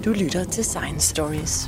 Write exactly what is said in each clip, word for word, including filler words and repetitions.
Du lytter til Science Stories.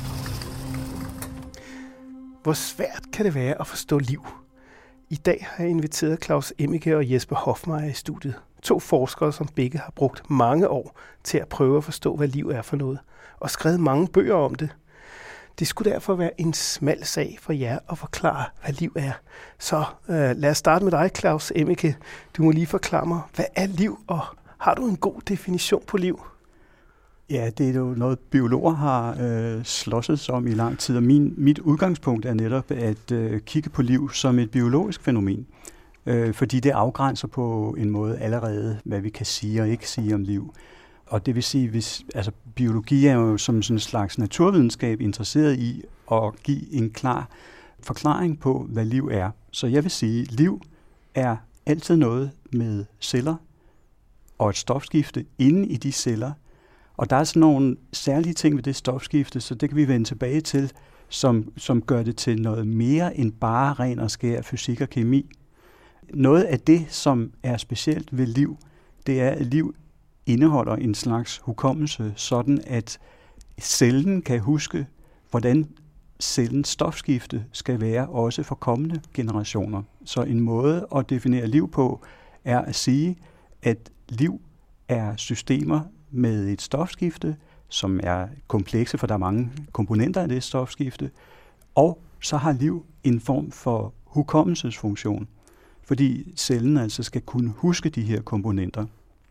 Hvor svært kan det være at forstå liv? I dag har jeg inviteret Claus Emmike og Jesper Hoffmeier i studiet. To forskere, som begge har brugt mange år til at prøve at forstå, hvad liv er for noget, og skrevet mange bøger om det. Det skulle derfor være en smal sag for jer at forklare, hvad liv er. Så øh, lad os starte med dig, Claus Emmike. Du må lige forklare mig, hvad er liv, og har du en god definition på liv? Ja, det er jo noget, biologer har øh, slåsset om i lang tid, og min, mit udgangspunkt er netop at øh, kigge på liv som et biologisk fænomen, øh, fordi det afgrænser på en måde allerede, hvad vi kan sige og ikke sige om liv. Og det vil sige, hvis altså biologi er jo som sådan en slags naturvidenskab interesseret i at give en klar forklaring på, hvad liv er. Så jeg vil sige, liv er altid noget med celler og et stofskifte inde i de celler. Og der er sådan nogle særlige ting ved det stofskifte, så det kan vi vende tilbage til, som, som gør det til noget mere end bare ren og skær fysik og kemi. Noget af det, som er specielt ved liv, det er, at liv indeholder en slags hukommelse, sådan at cellen kan huske, hvordan cellens stofskifte skal være også for kommende generationer. Så en måde at definere liv på er at sige, at liv er systemer med et stofskifte, som er komplekse, for der er mange komponenter af det stofskifte, og så har liv en form for hukommelsesfunktion, fordi cellen altså skal kunne huske de her komponenter.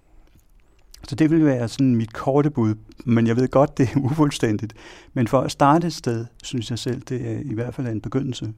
Så det vil være sådan mit korte bud, men jeg ved godt, det er ufuldstændigt. Men for at starte et sted, synes jeg selv, det er i hvert fald en begyndelse.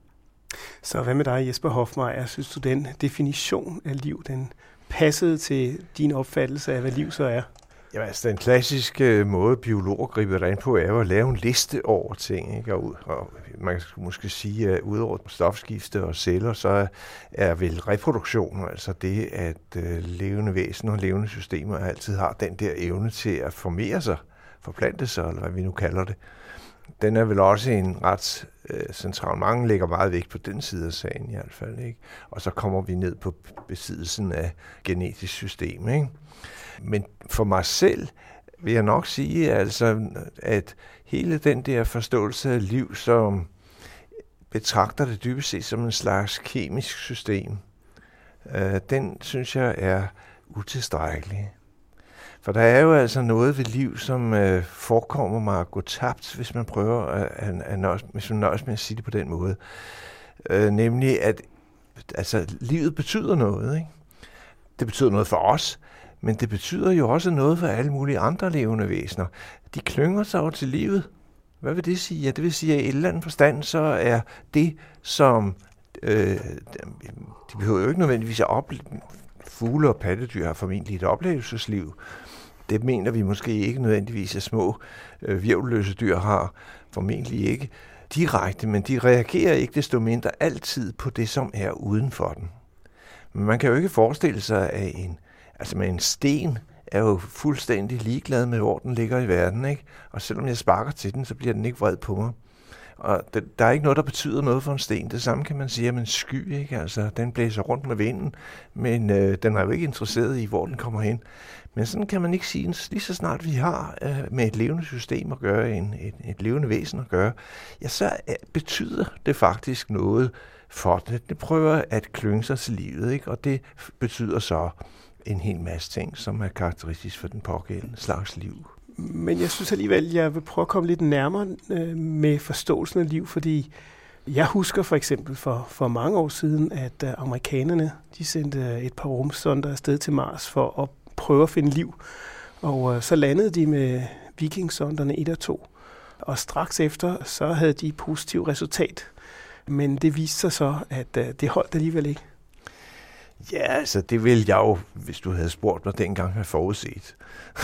Så hvad med dig, Jesper Hoffmeier? Synes du, den definition af liv, den passede til din opfattelse af, hvad liv så er? Jamen, altså, den klassiske måde, biologer griber det an på, er jo at lave en liste over ting. Ikke? Og, og man kan måske sige, at udover stofskifte og celler, så er vel reproduktion, altså det, at øh, levende væsener og levende systemer altid har den der evne til at formere sig, forplante sig, eller hvad vi nu kalder det. Den er vel også en ret øh, central. Mange lægger meget vægt på den side af sagen i hvert fald. Ikke? Og så kommer vi ned på besiddelsen af genetisk system, ikke? Men for mig selv vil jeg nok sige, altså, at hele den der forståelse af liv, som betragter det dybest set som en slags kemisk system, øh, den synes jeg er utilstrækkelig. For der er jo altså noget ved liv, som øh, forekommer mig at gå tabt, hvis man prøver at, at, at nøjes, hvis man nøjes med at sige det på den måde. Øh, nemlig, at altså, livet betyder noget, ikke? Det betyder noget for os, men det betyder jo også noget for alle mulige andre levende væsener. De klynger sig over til livet. Hvad vil det sige? Ja, det vil sige, at i et eller andet forstand, så er det, som... Øh, de behøver jo ikke nødvendigvis at opleve... Fugle og pattedyr har formentlig et oplevelsesliv. Det mener vi måske ikke nødvendigvis, at små øh, virvelløse dyr har. Formentlig ikke direkte, men de reagerer ikke desto mindre altid på det, som er uden for den. Men man kan jo ikke forestille sig, at en Altså med en sten er jo fuldstændig ligeglad med, hvor den ligger i verden, ikke? Og selvom jeg sparker til den, så bliver den ikke vred på mig. Og det, der er ikke noget, der betyder noget for en sten. Det samme kan man sige om en sky, ikke? Altså, den blæser rundt med vinden, men øh, den er jo ikke interesseret i, hvor den kommer hen. Men sådan kan man ikke sige, lige så snart vi har øh, med et levende system at gøre, en, et, et levende væsen at gøre, ja, så øh, betyder det faktisk noget for det. Det prøver at klynge sig til livet, ikke? Og det betyder så en hel masse ting, som er karakteristisk for den pågældende slags liv. Men jeg synes alligevel, jeg vil prøve at komme lidt nærmere øh, med forståelsen af liv, fordi jeg husker for eksempel for, for mange år siden, at øh, amerikanerne de sendte et par rumsonder afsted til Mars for at prøve at finde liv. Og øh, så landede de med Viking-sonderne et og to. Og straks efter, så havde de et positivt resultat. Men det viste sig så, at øh, det holdt alligevel ikke. Ja, altså det ville jeg jo, hvis du havde spurgt mig dengang, have forudset.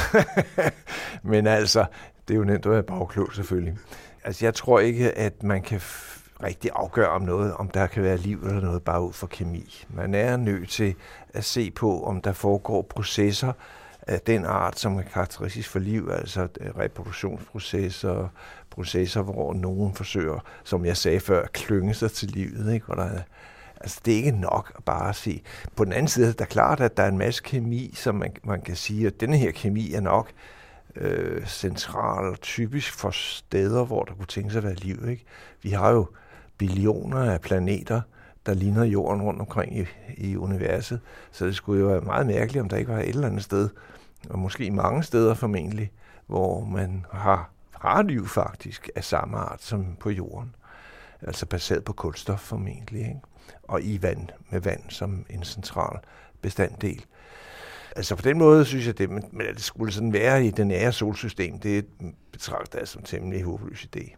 Men altså, det er jo nemt at være bagklog selvfølgelig. Altså jeg tror ikke, at man kan f- rigtig afgøre om noget, om der kan være liv eller noget bare ud fra kemi. Man er nødt til at se på, om der foregår processer af den art, som er karakteristisk for liv, altså reproduktionsprocesser, processer, hvor nogen forsøger, som jeg sagde før, at klynge sig til livet, ikke? Hvor der er Altså, det er ikke nok at bare sige. På den anden side er det klart, at der er en masse kemi, som man, man kan sige, at denne her kemi er nok øh, central og typisk for steder, hvor der kunne tænke sig at være liv, ikke? Vi har jo billioner af planeter, der ligner jorden rundt omkring i, i universet, så det skulle jo være meget mærkeligt, om der ikke var et eller andet sted, og måske mange steder formentlig, hvor man har, har liv faktisk af samme art som på jorden. Altså baseret på kulstof formentlig, ikke? Og i vand, med vand som en central bestanddel. Altså på den måde synes jeg, det, men det skulle sådan være i det nære solsystem, det betragter jeg som temmelig håbløs idé.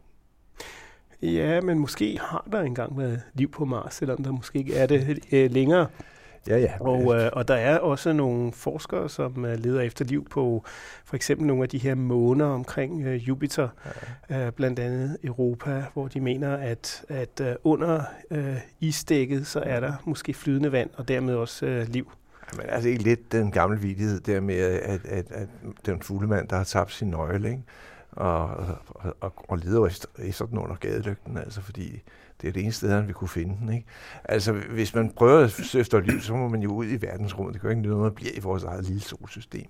Ja, men måske har der engang været liv på Mars, selvom der måske ikke er det øh, længere. Ja, ja. Og, øh, og der er også nogle forskere, som øh, leder efter liv på for eksempel nogle af de her måner omkring øh, Jupiter, ja. øh, blandt andet Europa, hvor de mener, at, at øh, under øh, isdækket, så er der måske flydende vand, og dermed også øh, liv. Men altså ikke lidt den gamle vidighed der med, at, at, at den fuglemand, der har tabt sin nøgle, ikke? Og, og, og, og leder efter, efter den under gadelygten, altså fordi det er det eneste sted, han vil kunne finde den, ikke? Altså, hvis man prøver at søge efter liv, så må man jo ud i verdensrummet. Det kan jo ikke noget, man bliver i vores eget lille solsystem.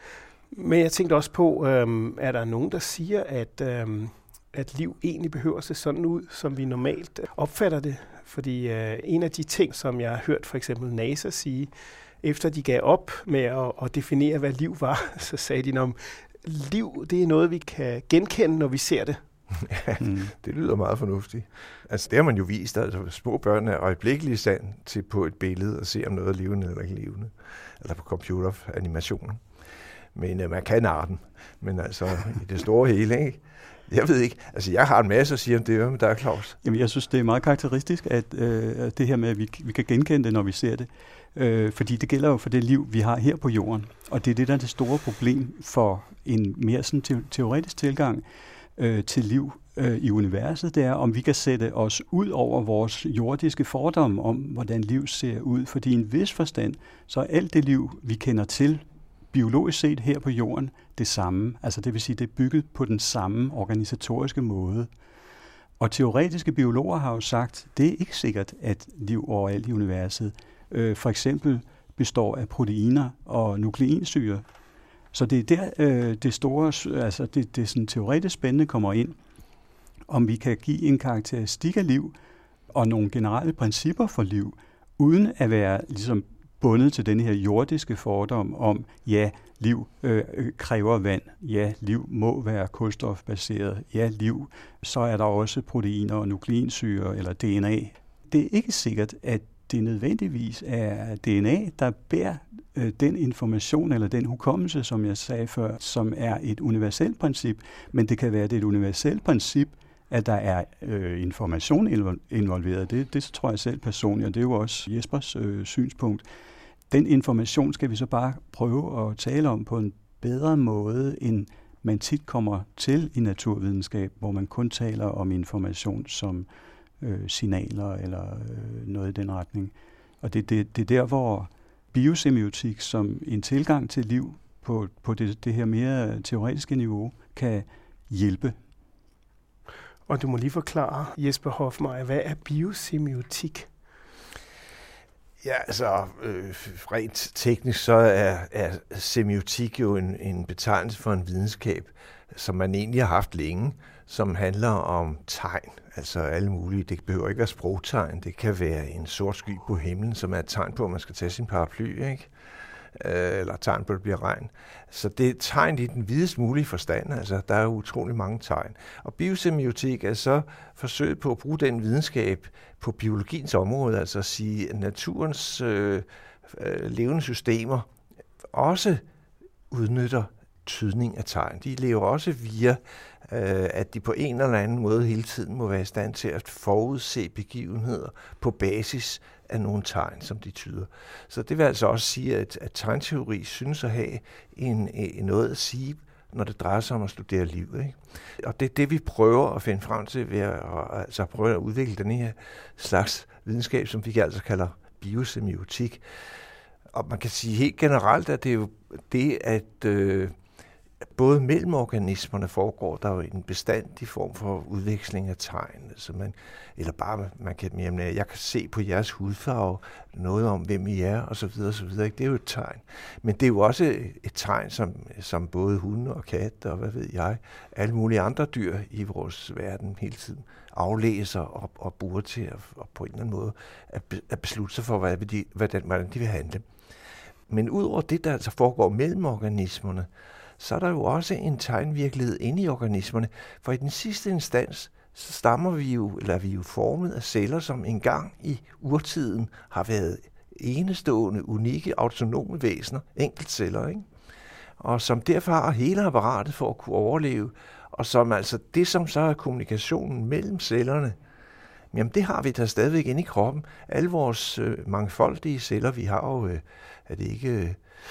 Men jeg tænkte også på, øhm, er der nogen, der siger, at, øhm, at liv egentlig behøver at se sådan ud, som vi normalt opfatter det? Fordi øh, en af de ting, som jeg har hørt for eksempel NASA sige, efter de gav op med at, at definere, hvad liv var, så sagde de, om liv, det er noget, vi kan genkende, når vi ser det. Ja, mm. Det lyder meget fornuftigt. Altså, det har man jo vist, altså små børn er øjeblikkeligt i stand til på et billede at se, om noget er levende eller ikke levende. Eller på computeranimationer. Men uh, man kan arten. Men altså, i det store hele, ikke? Jeg ved ikke. Altså, jeg har en masse at sige om det, men der er Claus. Jamen, jeg synes, det er meget karakteristisk, at øh, det her med, at vi, vi kan genkende det, når vi ser det. Øh, fordi det gælder jo for det liv, vi har her på jorden. Og det er det, der er det store problem for en mere sådan te- teoretisk tilgang øh, til liv øh, i universet. Det er, om vi kan sætte os ud over vores jordiske fordomme om, hvordan liv ser ud. Fordi i en vis forstand, så er alt det liv, vi kender til, biologisk set her på jorden, det samme. Altså det vil sige, det er bygget på den samme organisatoriske måde. Og teoretiske biologer har jo sagt, det er ikke sikkert, at liv overalt i universet øh, for eksempel består af proteiner og nukleinsyre. Så det er der, øh, det store, altså det, det sådan teoretisk spændende kommer ind, om vi kan give en karakteristik af liv og nogle generelle principper for liv, uden at være ligesom bundet til den her jordiske fordom om, ja, liv øh, kræver vand, ja, liv må være kulstofbaseret, ja, liv, så er der også proteiner og nukleinsyre eller D N A. Det er ikke sikkert, at det nødvendigvis er D N A, der bærer øh, den information eller den hukommelse, som jeg sagde før, som er et universelt princip, men det kan være, at det er et universelt princip, at der er øh, information involveret. Det, det tror jeg selv personligt, og det er jo også Jespers øh, synspunkt. Den information skal vi så bare prøve at tale om på en bedre måde, end man tit kommer til i naturvidenskab, hvor man kun taler om information som øh, signaler eller øh, noget i den retning. Og det, det, det er der, hvor biosemiotik som en tilgang til liv på, på det, det her mere teoretiske niveau kan hjælpe. Og du må lige forklare, Jesper Hoffmeier, hvad er biosemiotik? Ja, altså øh, rent teknisk så er, er semiotik jo en, en betegnelse for en videnskab, som man egentlig har haft længe, som handler om tegn, altså alle mulige. Det behøver ikke være sprogtegn, det kan være en sort sky på himlen, som er et tegn på, at man skal tage sin paraply, ikke? Eller tegn på, at det bliver regn. Så det er tegn i den videst mulige forstand, altså der er utrolig mange tegn. Og biosemiotik er så forsøget på at bruge den videnskab på biologiens område, altså at sige, at naturens øh, øh, levende systemer også udnytter tydning af tegn. De lever også via, øh, at de på en eller anden måde hele tiden må være i stand til at forudse begivenheder på basis af nogle tegn, som de tyder. Så det vil altså også sige, at, at tegnteori synes at have en, en noget at sige, når det drejer sig om at studere liv, ikke? Og det er det, vi prøver at finde frem til ved at, altså prøve at udvikle den her slags videnskab, som vi altså kalder biosemiotik. Og man kan sige helt generelt, at det er jo det, at øh, både mellem organismerne foregår der jo en bestandig form for udveksling af tegn, så man, eller bare man kan, jamen, jeg kan se på jeres hudfarve noget om, hvem I er, og så videre, og så videre. Det er jo et tegn. Men det er jo også et tegn, som, som både hunde og katte, og hvad ved jeg, alle mulige andre dyr i vores verden hele tiden aflæser og, og bruger til at, og på en eller anden måde at, at beslutte sig for, hvad de, hvordan, hvordan de vil handle. Men udover det, der altså foregår mellem organismerne, så er der jo også en tegnvirkelighed inde i organismerne, for i den sidste instans, så stammer vi jo, eller er vi jo formet af celler, som engang i urtiden har været enestående, unikke, autonome væsener, enkeltceller, ikke? Og som derfor har hele apparatet for at kunne overleve, og som altså det, som så er kommunikationen mellem cellerne, jamen det har vi da stadigvæk inde i kroppen. Alle vores øh, mangfoldige celler, vi har jo, øh, er det ikke øh,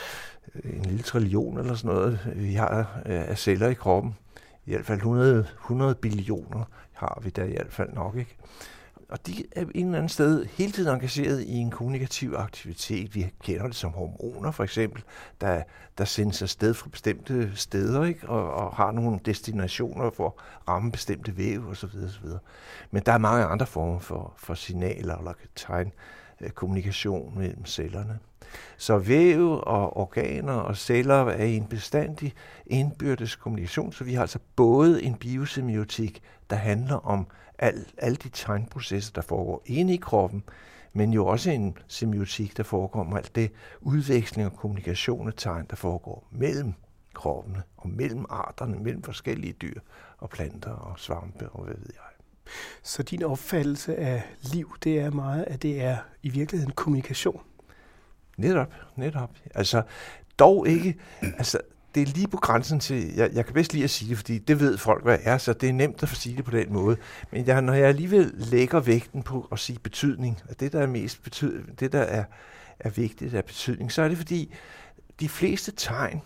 en lille trillion eller sådan noget, vi har øh, af celler i kroppen. I hvert fald hundrede, hundrede billioner har vi der i hvert fald nok, ikke? Og de er en eller anden sted hele tiden engageret i en kommunikativ aktivitet. Vi kender det som hormoner, for eksempel, der, der sendes afsted fra bestemte steder, ikke? Og, og har nogle destinationer for at ramme bestemte væv osv. osv. Men der er mange andre former for, for signaler eller tegn, kommunikation mellem cellerne. Så væv og organer og celler er i en bestandig indbyrdes kommunikation, så vi har altså både en biosemiotik, der handler om al, alle de tegnprocesser, der foregår inde i kroppen, men jo også en semiotik, der foregår om alt det udveksling og kommunikation af tegn, der foregår mellem kroppene og mellem arterne, mellem forskellige dyr og planter og svampe og hvad ved jeg. Så din opfattelse af liv, det er meget, at det er i virkeligheden kommunikation? Netop, netop. Altså, dog ikke, altså, det er lige på grænsen til, jeg, jeg kan bedst lide at sige det, fordi det ved folk, hvad er, så det er nemt at få sige det på den måde. Men jeg, når jeg alligevel lægger vægten på at sige betydning, at det, der er mest betyd, det, der er, er vigtigt af betydning, så er det, fordi de fleste tegn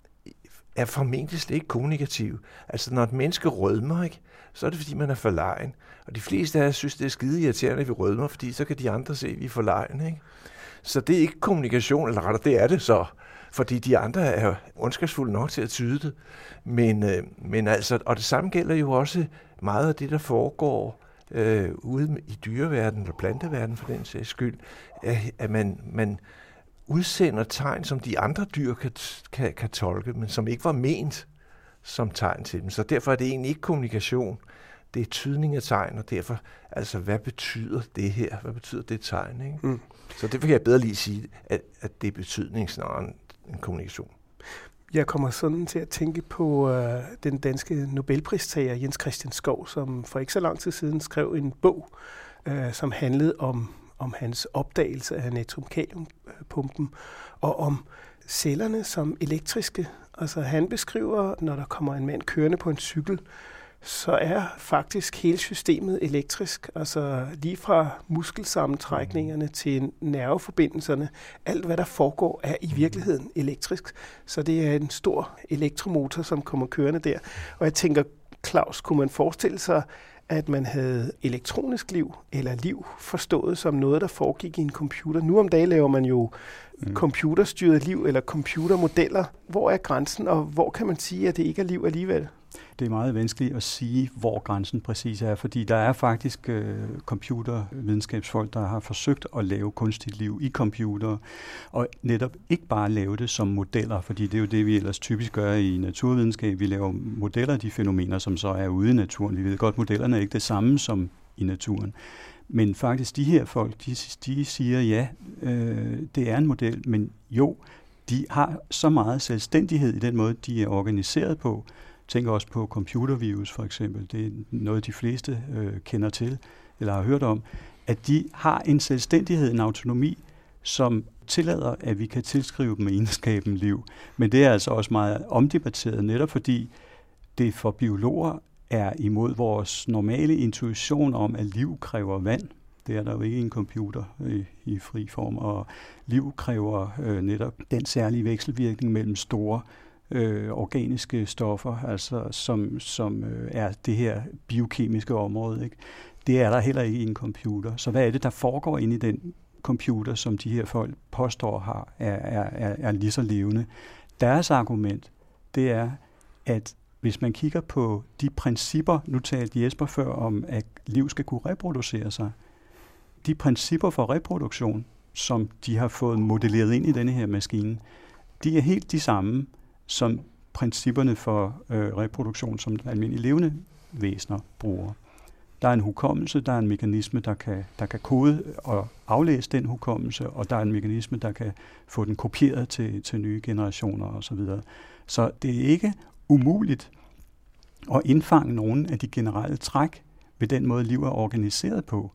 er formentlig slet ikke kommunikative. Altså, når et menneske rødmer, ikke, så er det, fordi man er forlegen. Og de fleste af os synes, det er skide irriterende, at vi rødmer, fordi så kan de andre se, at vi er forlegen, ikke? Så det er ikke kommunikation, eller rettere, det er det så, fordi de andre er ondskabsfulde nok til at tyde det. Men, øh, men altså, og det samme gælder jo også meget af det, der foregår øh, ude i dyreverdenen, eller planteverdenen for den sags skyld, at, at man, man udsender tegn, som de andre dyr kan, kan, kan tolke, men som ikke var ment som tegn til dem. Så derfor er det egentlig ikke kommunikation. Det er tydning af tegn, og derfor, altså, hvad betyder det her? Hvad betyder det tegn, ikke? Mm. Så det kan jeg bedre lige sige, at, at det er betydning snarere end en kommunikation. Jeg kommer sådan til at tænke på øh, den danske Nobelpristager Jens Christian Skov, som for ikke så lang tid siden skrev en bog, øh, som handlede om, om hans opdagelse af natrium-kalium-pumpen, og om cellerne som elektriske. Altså han beskriver, når der kommer en mand kørende på en cykel, så er faktisk hele systemet elektrisk, altså lige fra muskelsammentrækningerne til nerveforbindelserne. Alt, hvad der foregår, er i virkeligheden elektrisk. Så det er en stor elektromotor, som kommer kørende der. Og jeg tænker, Claus, kunne man forestille sig, at man havde elektronisk liv, eller liv forstået som noget, der foregik i en computer? Nu om dagen laver man jo mm. computerstyret liv, eller computermodeller. Hvor er grænsen, og hvor kan man sige, at det ikke er liv alligevel? Det er meget vanskeligt at sige, hvor grænsen præcis er, fordi der er faktisk øh, computervidenskabsfolk, der har forsøgt at lave kunstigt liv i computere, og netop ikke bare lave det som modeller, fordi det er jo det, vi ellers typisk gør i naturvidenskab. Vi laver modeller af de fænomener, som så er ude i naturen. Vi ved godt, modellerne er ikke det samme som i naturen. Men faktisk de her folk, de, de siger, ja, øh, det er en model, men jo, de har så meget selvstændighed i den måde, de er organiseret på. Tænker også på computervirus for eksempel. Det er noget, de fleste øh, kender til eller har hørt om. At de har en selvstændighed, en autonomi, som tillader, at vi kan tilskrive dem egenskaben liv. Men det er altså også meget omdebatteret, netop fordi det for biologer er imod vores normale intuition om, at liv kræver vand. Det er der jo ikke i en computer i, i fri form. Og liv kræver øh, netop den særlige vekselvirkning mellem store Øh, organiske stoffer, altså som, som øh, er det her biokemiske område, ikke? Det er der heller ikke i en computer. Så hvad er det, der foregår inde i den computer, som de her folk påstår har, er, er, er, er lige så levende? Deres argument, det er, at hvis man kigger på de principper, nu talte Jesper før om, at liv skal kunne reproducere sig, de principper for reproduktion, som de har fået modelleret ind i denne her maskine, de er helt de samme som principperne for øh, reproduktion, som almindelige levende væsener bruger. Der er en hukommelse, der er en mekanisme, der kan, der kan kode og aflæse den hukommelse, og der er en mekanisme, der kan få den kopieret til, til nye generationer osv. Så det er ikke umuligt at indfange nogle af de generelle træk ved den måde, liv er organiseret på.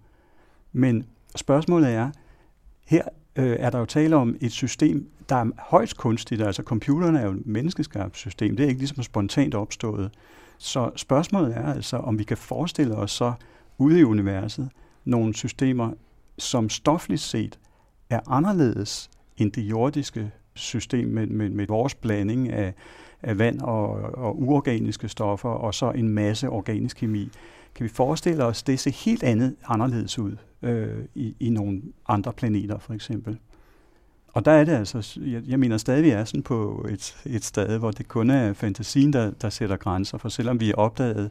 Men spørgsmålet er, her øh, er der jo tale om et system, der er højst kunstigt. Altså computerne er jo et menneskeskabt system. Det er ikke ligesom spontant opstået. Så spørgsmålet er altså, om vi kan forestille os så ude i universet nogle systemer, som stofligt set er anderledes end det jordiske system med, med, med vores blanding af, af vand og, og uorganiske stoffer og så en masse organisk kemi. Kan vi forestille os, det ser helt andet anderledes ud øh, i, i nogle andre planeter for eksempel? Og der er det altså, jeg, jeg mener stadig, vi er sådan på et, et sted, hvor det kun er fantasien, der, der sætter grænser. For selvom vi er opdaget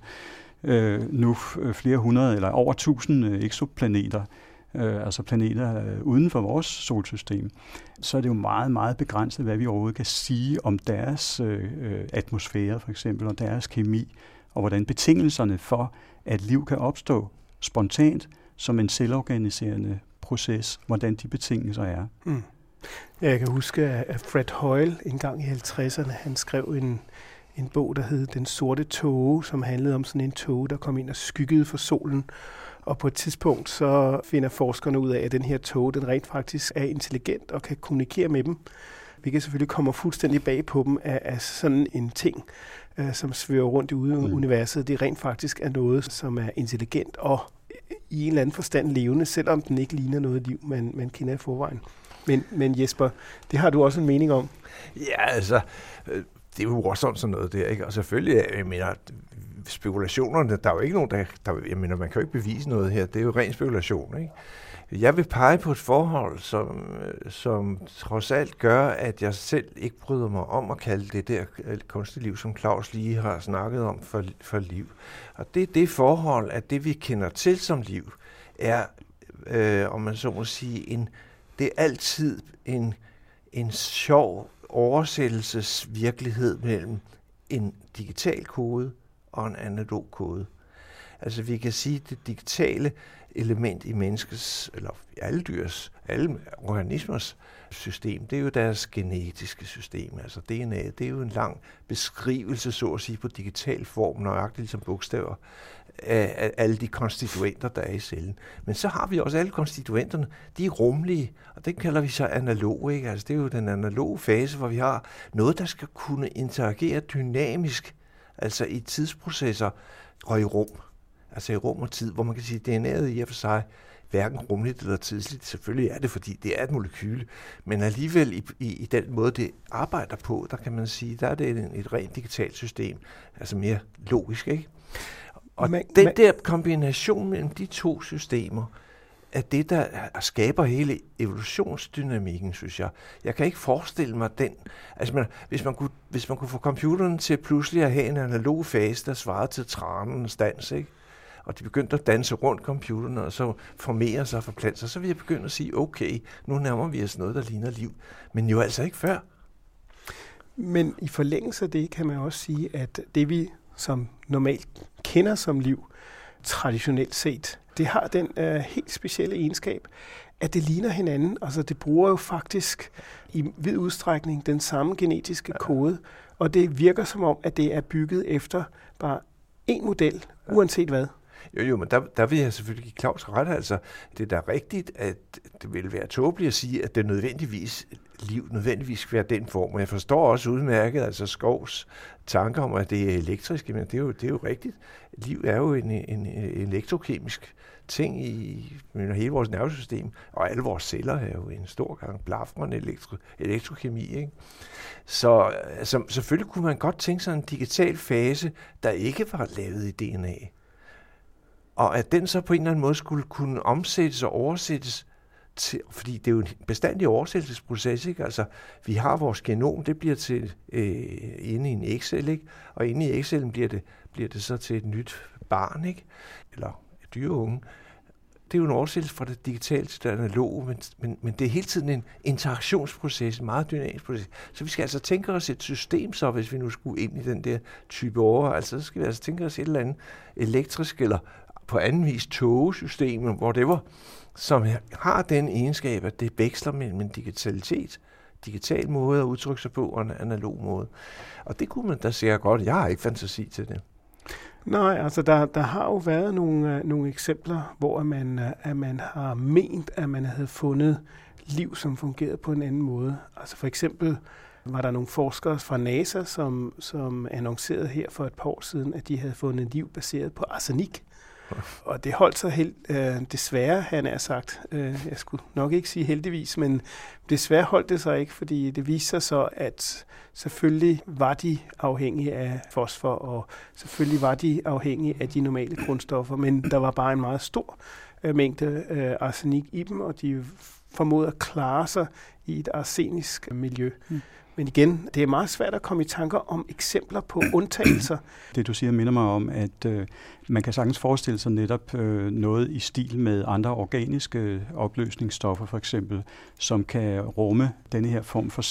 øh, nu flere hundrede eller over tusind eksoplaneter, øh, altså planeter øh, uden for vores solsystem, så er det jo meget, meget begrænset, hvad vi overhovedet kan sige om deres øh, atmosfære for eksempel, og deres kemi, og hvordan betingelserne for, at liv kan opstå spontant som en selvorganiserende proces, hvordan de betingelser er. Mm. Jeg kan huske, at Fred Hoyle engang i halvtredserne, han skrev en, en bog, der hed Den sorte tåge, som handlede om sådan en tåge, der kom ind og skyggede for solen. Og på et tidspunkt så finder forskerne ud af, at den her tåge, den rent faktisk er intelligent og kan kommunikere med dem. Hvilket selvfølgelig kommer fuldstændig bag på dem af, af sådan en ting, øh, som svæver rundt i ude i universet. Det rent faktisk er noget, som er intelligent og i en eller anden forstand levende, selvom den ikke ligner noget liv, man, man kender i forvejen. Men, men Jesper, det har du også en mening om? Ja, altså, det er jo også sådan noget der, ikke? Og selvfølgelig, jeg mener, spekulationerne, der er jo ikke nogen, der, der jeg mener, man kan jo ikke bevise noget her. Det er jo ren spekulation, ikke? Jeg vil pege på et forhold, som, som trods alt gør, at jeg selv ikke bryder mig om at kalde det der kunstige liv, som Claus lige har snakket om for, for liv. Og det er det forhold, at det vi kender til som liv, er, øh, om man så må sige, en det er altid en, en sjov oversættelsesvirkelighed mellem en digital kode og en analog kode. Altså vi kan sige, at det digitale element i menneskets, eller alle dyrs, alle organismers system, det er jo deres genetiske system. Altså D N A, det er jo en lang beskrivelse, så at sige, på digital form, nøjagtigt ligesom bogstaver, af, af alle de konstituenter, der er i cellen. Men så har vi også alle konstituenterne, de er rumlige, og det kalder vi så analog, ikke? Altså det er jo den analoge fase, hvor vi har noget, der skal kunne interagere dynamisk, altså i tidsprocesser og i rum. Altså i rum og tid, hvor man kan sige, at D N A'et i og for sig hverken rumligt eller tidsligt. Selvfølgelig er det, fordi det er et molekyle, men alligevel i, i, i den måde, det arbejder på, der kan man sige, der er det et, et rent digitalt system, altså mere logisk, ikke? Og man, den man, der kombination mellem de to systemer, er det, der skaber hele evolutionsdynamikken, synes jeg. Jeg kan ikke forestille mig den. Altså, man, hvis, man kunne, hvis man kunne få computeren til pludselig at have en analog fase, der svarede til tranens dans, ikke? Og de begyndte at danse rundt computerne, og så formere sig og forplante sig, så vil jeg begynde at sige, okay, nu nærmer vi os noget, der ligner liv. Men jo altså ikke før. Men i forlængelse af det kan man også sige, at det vi som normalt kender som liv, traditionelt set, det har den øh, helt specielle egenskab, at det ligner hinanden. Altså det bruger jo faktisk i vid udstrækning den samme genetiske kode, og det virker som om, at det er bygget efter bare én model, uanset hvad. Jo, jo, men der, der vil jeg selvfølgelig give Claus ret. Altså, det er da rigtigt, at det vil være tåbeligt at sige, at det nødvendigvis liv nødvendigvis skal være den form. Men jeg forstår også udmærket, altså Skovs tanker om, at det er elektrisk, men det er jo, det er jo rigtigt. Liv er jo en, en, en elektrokemisk ting i mener, hele vores nervesystem, og alle vores celler er jo en stor gang blafrende elektro, elektrokemi, ikke? Så altså, selvfølgelig kunne man godt tænke sig en digital fase, der ikke var lavet i D N A. Og at den så på en eller anden måde skulle kunne omsættes og oversættes til, fordi det er jo en bestandig oversættelsesproces, ikke? Altså, vi har vores genom, det bliver til øh, inde i en Excel, ikke? Og inde i Excel'en bliver det, bliver det så til et nyt barn, ikke? Eller et dyreunge. Det er jo en oversættelse fra det digitale til det analoge, men, men, men det er hele tiden en interaktionsproces, en meget dynamisk proces. Så vi skal altså tænke os et system, så hvis vi nu skulle ind i den der type overvejelse, så skal vi altså tænke os et eller andet elektrisk eller på anden vis togesystem, hvor det var, som har den egenskab, at det veksler mellem en digitalitet, digital måde at udtrykke sig på, og en analog måde. Og det kunne man da sige godt. Jeg har ikke fantasi til det. Nej, altså der, der har jo været nogle, uh, nogle eksempler, hvor man, uh, at man har ment, at man havde fundet liv, som fungerede på en anden måde. Altså for eksempel var der nogle forskere fra NASA, som, som annoncerede her for et par år siden, at de havde fundet liv baseret på arsenik. Og det holdt sig helt, øh, desværre, han er sagt, øh, jeg skulle nok ikke sige heldigvis, men desværre holdt det sig ikke, fordi det viste sig så, at selvfølgelig var de afhængige af fosfor, og selvfølgelig var de afhængige af de normale grundstoffer, men der var bare en meget stor øh, mængde øh, arsenik i dem, og de formåede at klare sig i et arsenisk miljø. Mm. Men igen, det er meget svært at komme i tanker om eksempler på undtagelser. Det du siger minder mig om, at øh, man kan sagtens forestille sig netop øh, noget i stil med andre organiske opløsningsstoffer for eksempel, som kan rumme denne her form for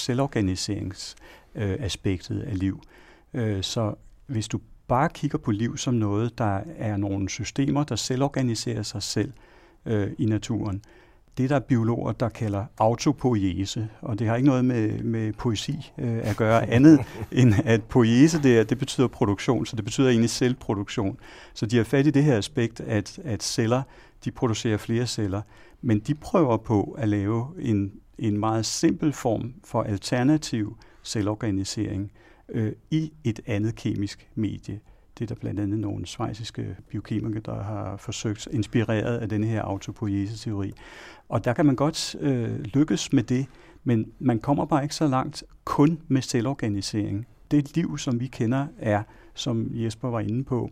selvorganiseringsaspektet øh, af liv. Øh, så hvis du bare kigger på liv som noget, der er nogle systemer, der selvorganiserer sig selv øh, i naturen, det der er biologer, der kalder autopoiese, og det har ikke noget med, med poesi øh, at gøre andet, end at poiese, det, er, det betyder produktion, så det betyder egentlig selvproduktion. Så de har fat i det her aspekt, at, at celler, de producerer flere celler, men de prøver på at lave en, en meget simpel form for alternativ selvorganisering øh, i et andet kemisk medie. Det er der blandt andet nogle schweiziske biokemikere, der har forsøgt, inspireret af denne her autopoiese-teori. Og der kan man godt øh, lykkes med det, men man kommer bare ikke så langt kun med selvorganisering. Det liv, som vi kender, er, som Jesper var inde på,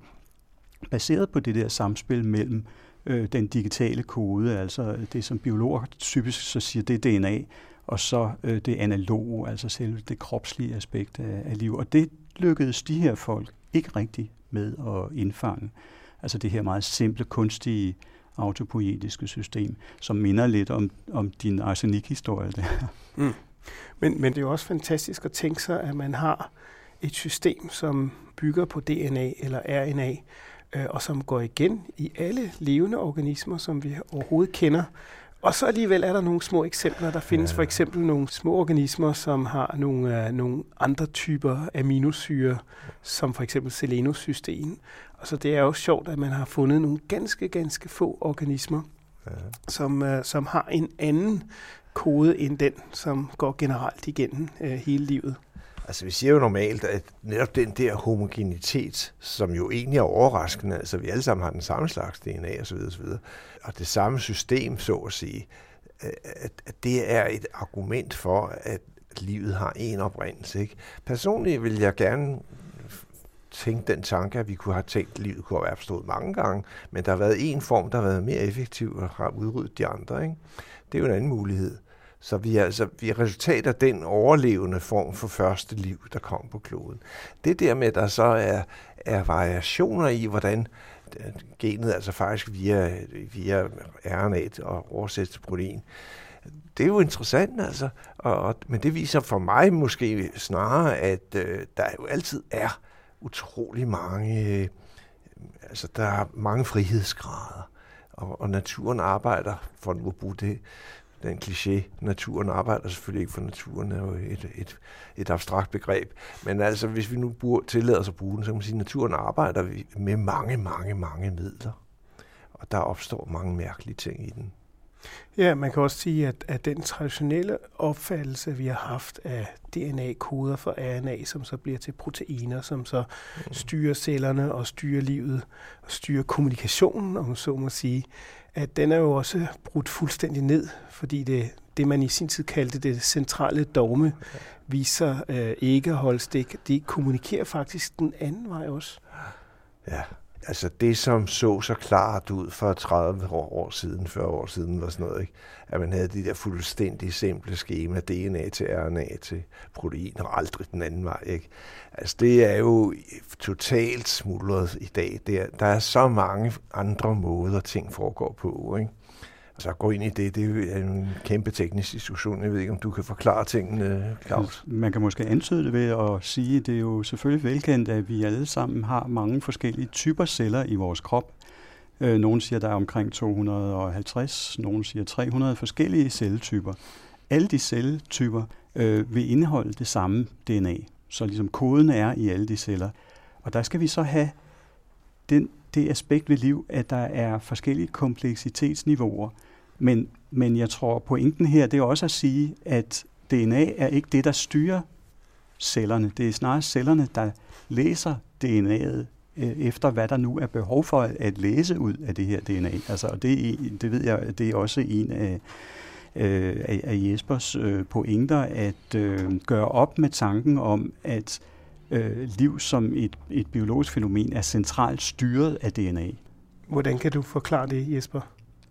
baseret på det der samspil mellem øh, den digitale kode, altså det, som biologer typisk så siger, det er D N A, og så øh, det analoge, altså selve det kropslige aspekt af, af liv. Og det lykkedes de her folk ikke rigtigt med at indfange. Altså det her meget simple, kunstige, autopoietiske system, som minder lidt om, om din arsenikhistorie der. Mm. Men, men det er jo også fantastisk at tænke sig, at man har et system, som bygger på D N A eller R N A, øh, og som går igen i alle levende organismer, som vi overhovedet kender. Og så alligevel er der nogle små eksempler. Der findes ja. for eksempel nogle små organismer, som har nogle, uh, nogle andre typer aminosyre, som for eksempel selenocystein. Og så det er jo sjovt, at man har fundet nogle ganske, ganske få organismer, ja. som, uh, som har en anden kode end den, som går generelt igennem uh, hele livet. Altså vi siger jo normalt, at netop den der homogenitet, som jo egentlig er overraskende, altså vi alle sammen har den samme slags D N A osv., osv., og det samme system, så at sige, at, at det er et argument for, at livet har en oprindelse. Ikke? Personligt vil jeg gerne tænke den tanke, at vi kunne have tænkt, at livet kunne have opstået mange gange, men der har været en form, der har været mere effektiv og har udryddet de andre. Ikke? Det er jo en anden mulighed. Så vi er, altså, vi er resultat af den overlevende form for første liv, der kom på kloden. Det der med, at der så er, er variationer i, hvordan genet, altså faktisk via, via R N A og oversættes til protein, det er jo interessant, altså. Og, og, men det viser for mig måske snarere, at øh, der jo altid er utrolig mange, øh, altså der er mange frihedsgrader, og, og naturen arbejder, for at bruge det, den kliché, naturen arbejder selvfølgelig ikke, for naturen er jo et, et, et abstrakt begreb. Men altså, hvis vi nu bruger, tillader os at bruge den, så kan man sige, at naturen arbejder med mange, mange, mange midler. Og der opstår mange mærkelige ting i den. Ja, man kan også sige, at, at den traditionelle opfattelse, vi har haft af D N A-koder for R N A, som så bliver til proteiner, som så mm. styrer cellerne og styrer livet og styrer kommunikationen, om man så må sige, at den er jo også brudt fuldstændig ned, fordi det, det man i sin tid kaldte det centrale dogme, viser øh, ikke at holde stik. De kommunikerer faktisk den anden vej også. Ja, Altså det, som så så klart ud for tredive år siden, fyrre år siden, eller sådan noget, ikke? At man havde de der fuldstændig simple skema, D N A til R N A til protein, og aldrig den anden vej, ikke? Altså det er jo totalt smuldret i dag. Der, der er så mange andre måder, ting foregår på, ikke? Så gå ind i det, det er jo en kæmpe teknisk diskussion. Jeg ved ikke, om du kan forklare tingene, Claus. Man kan måske antyde det ved at sige, at det er jo selvfølgelig velkendt, at vi alle sammen har mange forskellige typer celler i vores krop. Nogle siger, der er omkring to hundrede og halvtreds, nogle siger tre hundrede forskellige celletyper. Alle de celletyper øh, vil indeholde det samme D N A, så ligesom koden er i alle de celler. Og der skal vi så have den, det aspekt ved liv, at der er forskellige kompleksitetsniveauer. Men, men jeg tror, pointen her, det er også at sige, at D N A er ikke det, der styrer cellerne. Det er snarere cellerne, der læser D N A'et efter, hvad der nu er behov for at læse ud af det her D N A. Altså, og det, det ved jeg, det er også en af, af, af Jespers pointer, at øh, gøre op med tanken om, at øh, liv som et, et biologisk fænomen er centralt styret af D N A. Hvordan kan du forklare det, Jesper?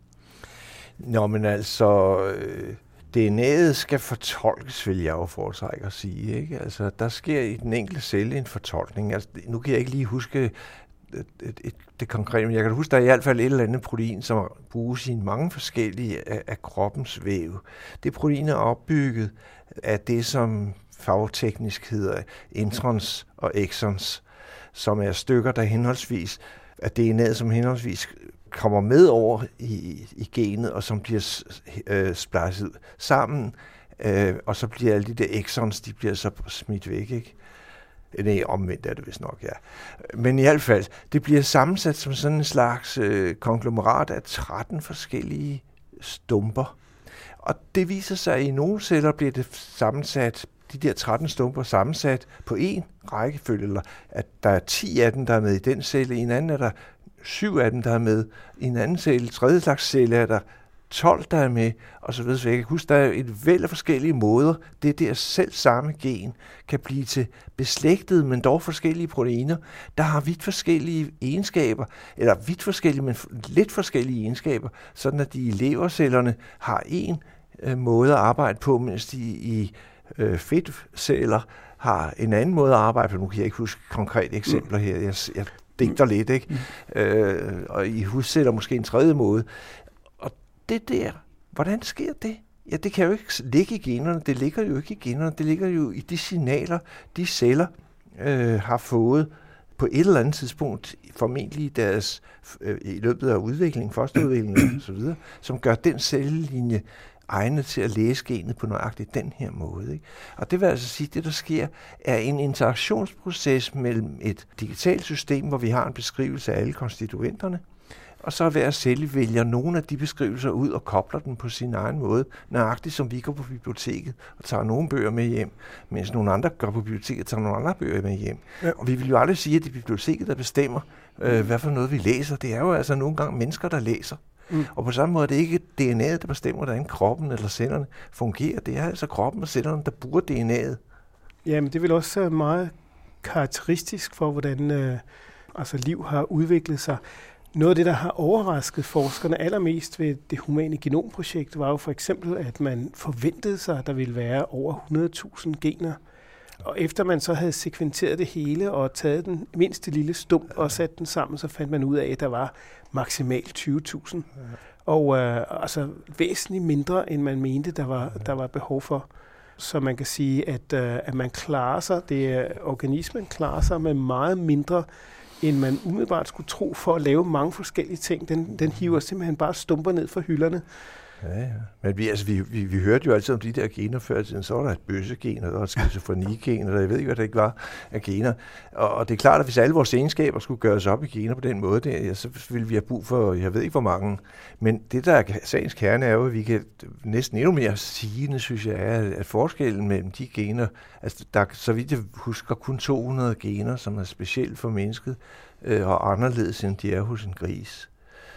Nå, men altså, øh, D N A'et skal fortolkes, vil jeg jo foretrække at sige, ikke? Altså, der sker i den enkelte celle en fortolkning. Altså, nu kan jeg ikke lige huske et, et, et, det konkrete, men jeg kan huske, der er i hvert fald et eller andet protein, som bruges i mange forskellige af, af kroppens væv. Det protein er opbygget af det, som fagteknisk hedder introns og exons, som er stykker, der henholdsvis af D N A'et, som henholdsvis kommer med over i, i genet, og som bliver øh, splicet sammen, øh, og så bliver alle de der exons, de bliver så smidt væk, ikke? Nej, omvendt er det vist nok, ja. Men i hvert fald, det bliver sammensat som sådan en slags øh, konglomerat af tretten forskellige stumper. Og det viser sig, at i nogle celler bliver det sammensat, de der tretten stumper sammensat på en rækkefølge, eller at der er ti af dem, der er med i den celle, i en anden er der syv af dem, der er med i en anden celle, tredje slags celle er der tolv, der er med, og så videre. Så jeg kan huske, der er et væld af forskellige måder, det der selv samme gen kan blive til beslægtede, men dog forskellige proteiner, der har vidt forskellige egenskaber, eller vidt forskellige, men lidt forskellige egenskaber, sådan at de i levercellerne har en øh, måde at arbejde på, mens de i øh, fedtceller har en anden måde at arbejde på. Nu kan jeg ikke huske konkrete eksempler her. Jeg, jeg digter lidt, ikke? Mm. Øh, og i hudceller måske en tredje måde. Og det der, hvordan sker det? Ja, det kan jo ikke ligge i generne. Det ligger jo ikke i generne. Det ligger jo i de signaler, de celler øh, har fået på et eller andet tidspunkt, formentlig i deres øh, i løbet af udviklingen, fosterudviklingen og så videre, som gør den cellelinje egnet til at læse genet på nøjagtigt den her måde, ikke? Og det vil altså sige, at det, der sker, er en interaktionsproces mellem et digitalt system, hvor vi har en beskrivelse af alle konstituenterne, og så hver celle vælger nogle af de beskrivelser ud og kobler den på sin egen måde, nøjagtigt som vi går på biblioteket og tager nogle bøger med hjem, mens nogle andre går på biblioteket og tager nogle andre bøger med hjem. Ja. Og vi vil jo aldrig sige, at det er biblioteket, der bestemmer, øh, hvad for noget vi læser. Det er jo altså nogle gange mennesker, der læser. Mm. Og på samme måde er det ikke D N A'et, der bestemmer, hvordan kroppen eller cellerne fungerer. Det er altså kroppen og cellerne, der bruger D N A'et. Jamen, det er vel også meget karakteristisk for, hvordan øh, altså liv har udviklet sig. Noget af det, der har overrasket forskerne allermest ved det humane genomprojekt, var jo for eksempel, at man forventede sig, at der ville være over hundrede tusind gener. Og efter man så havde sekventeret det hele og taget den mindste lille stump og sat den sammen, så fandt man ud af, at der var maksimalt tyve tusind. Ja. Og øh, altså væsentligt mindre, end man mente, der var, der var behov for. Så man kan sige, at, øh, at man klarer sig, det er, organismen klarer sig med meget mindre, end man umiddelbart skulle tro for at lave mange forskellige ting. Den, den hiver simpelthen bare stumper ned fra hylderne. Ja, ja. Men vi, altså, vi, vi, vi hørte jo altid om de der gener før tiden. Så var der et bøssegen, og der var et skizofreni-gen, og jeg ved ikke, hvad det ikke var af gener. Og, og det er klart, at hvis alle vores egenskaber skulle gøres op i gener på den måde, der, ja, så ville vi have brug for, jeg ved ikke hvor mange. Men det, der er sagens kerne, er jo, at vi kan næsten endnu mere sigende, synes jeg, er, at forskellen mellem de gener, altså der er, så vidt jeg husker, kun to hundrede gener, som er specielt for mennesket, øh, og anderledes, end de er hos en gris.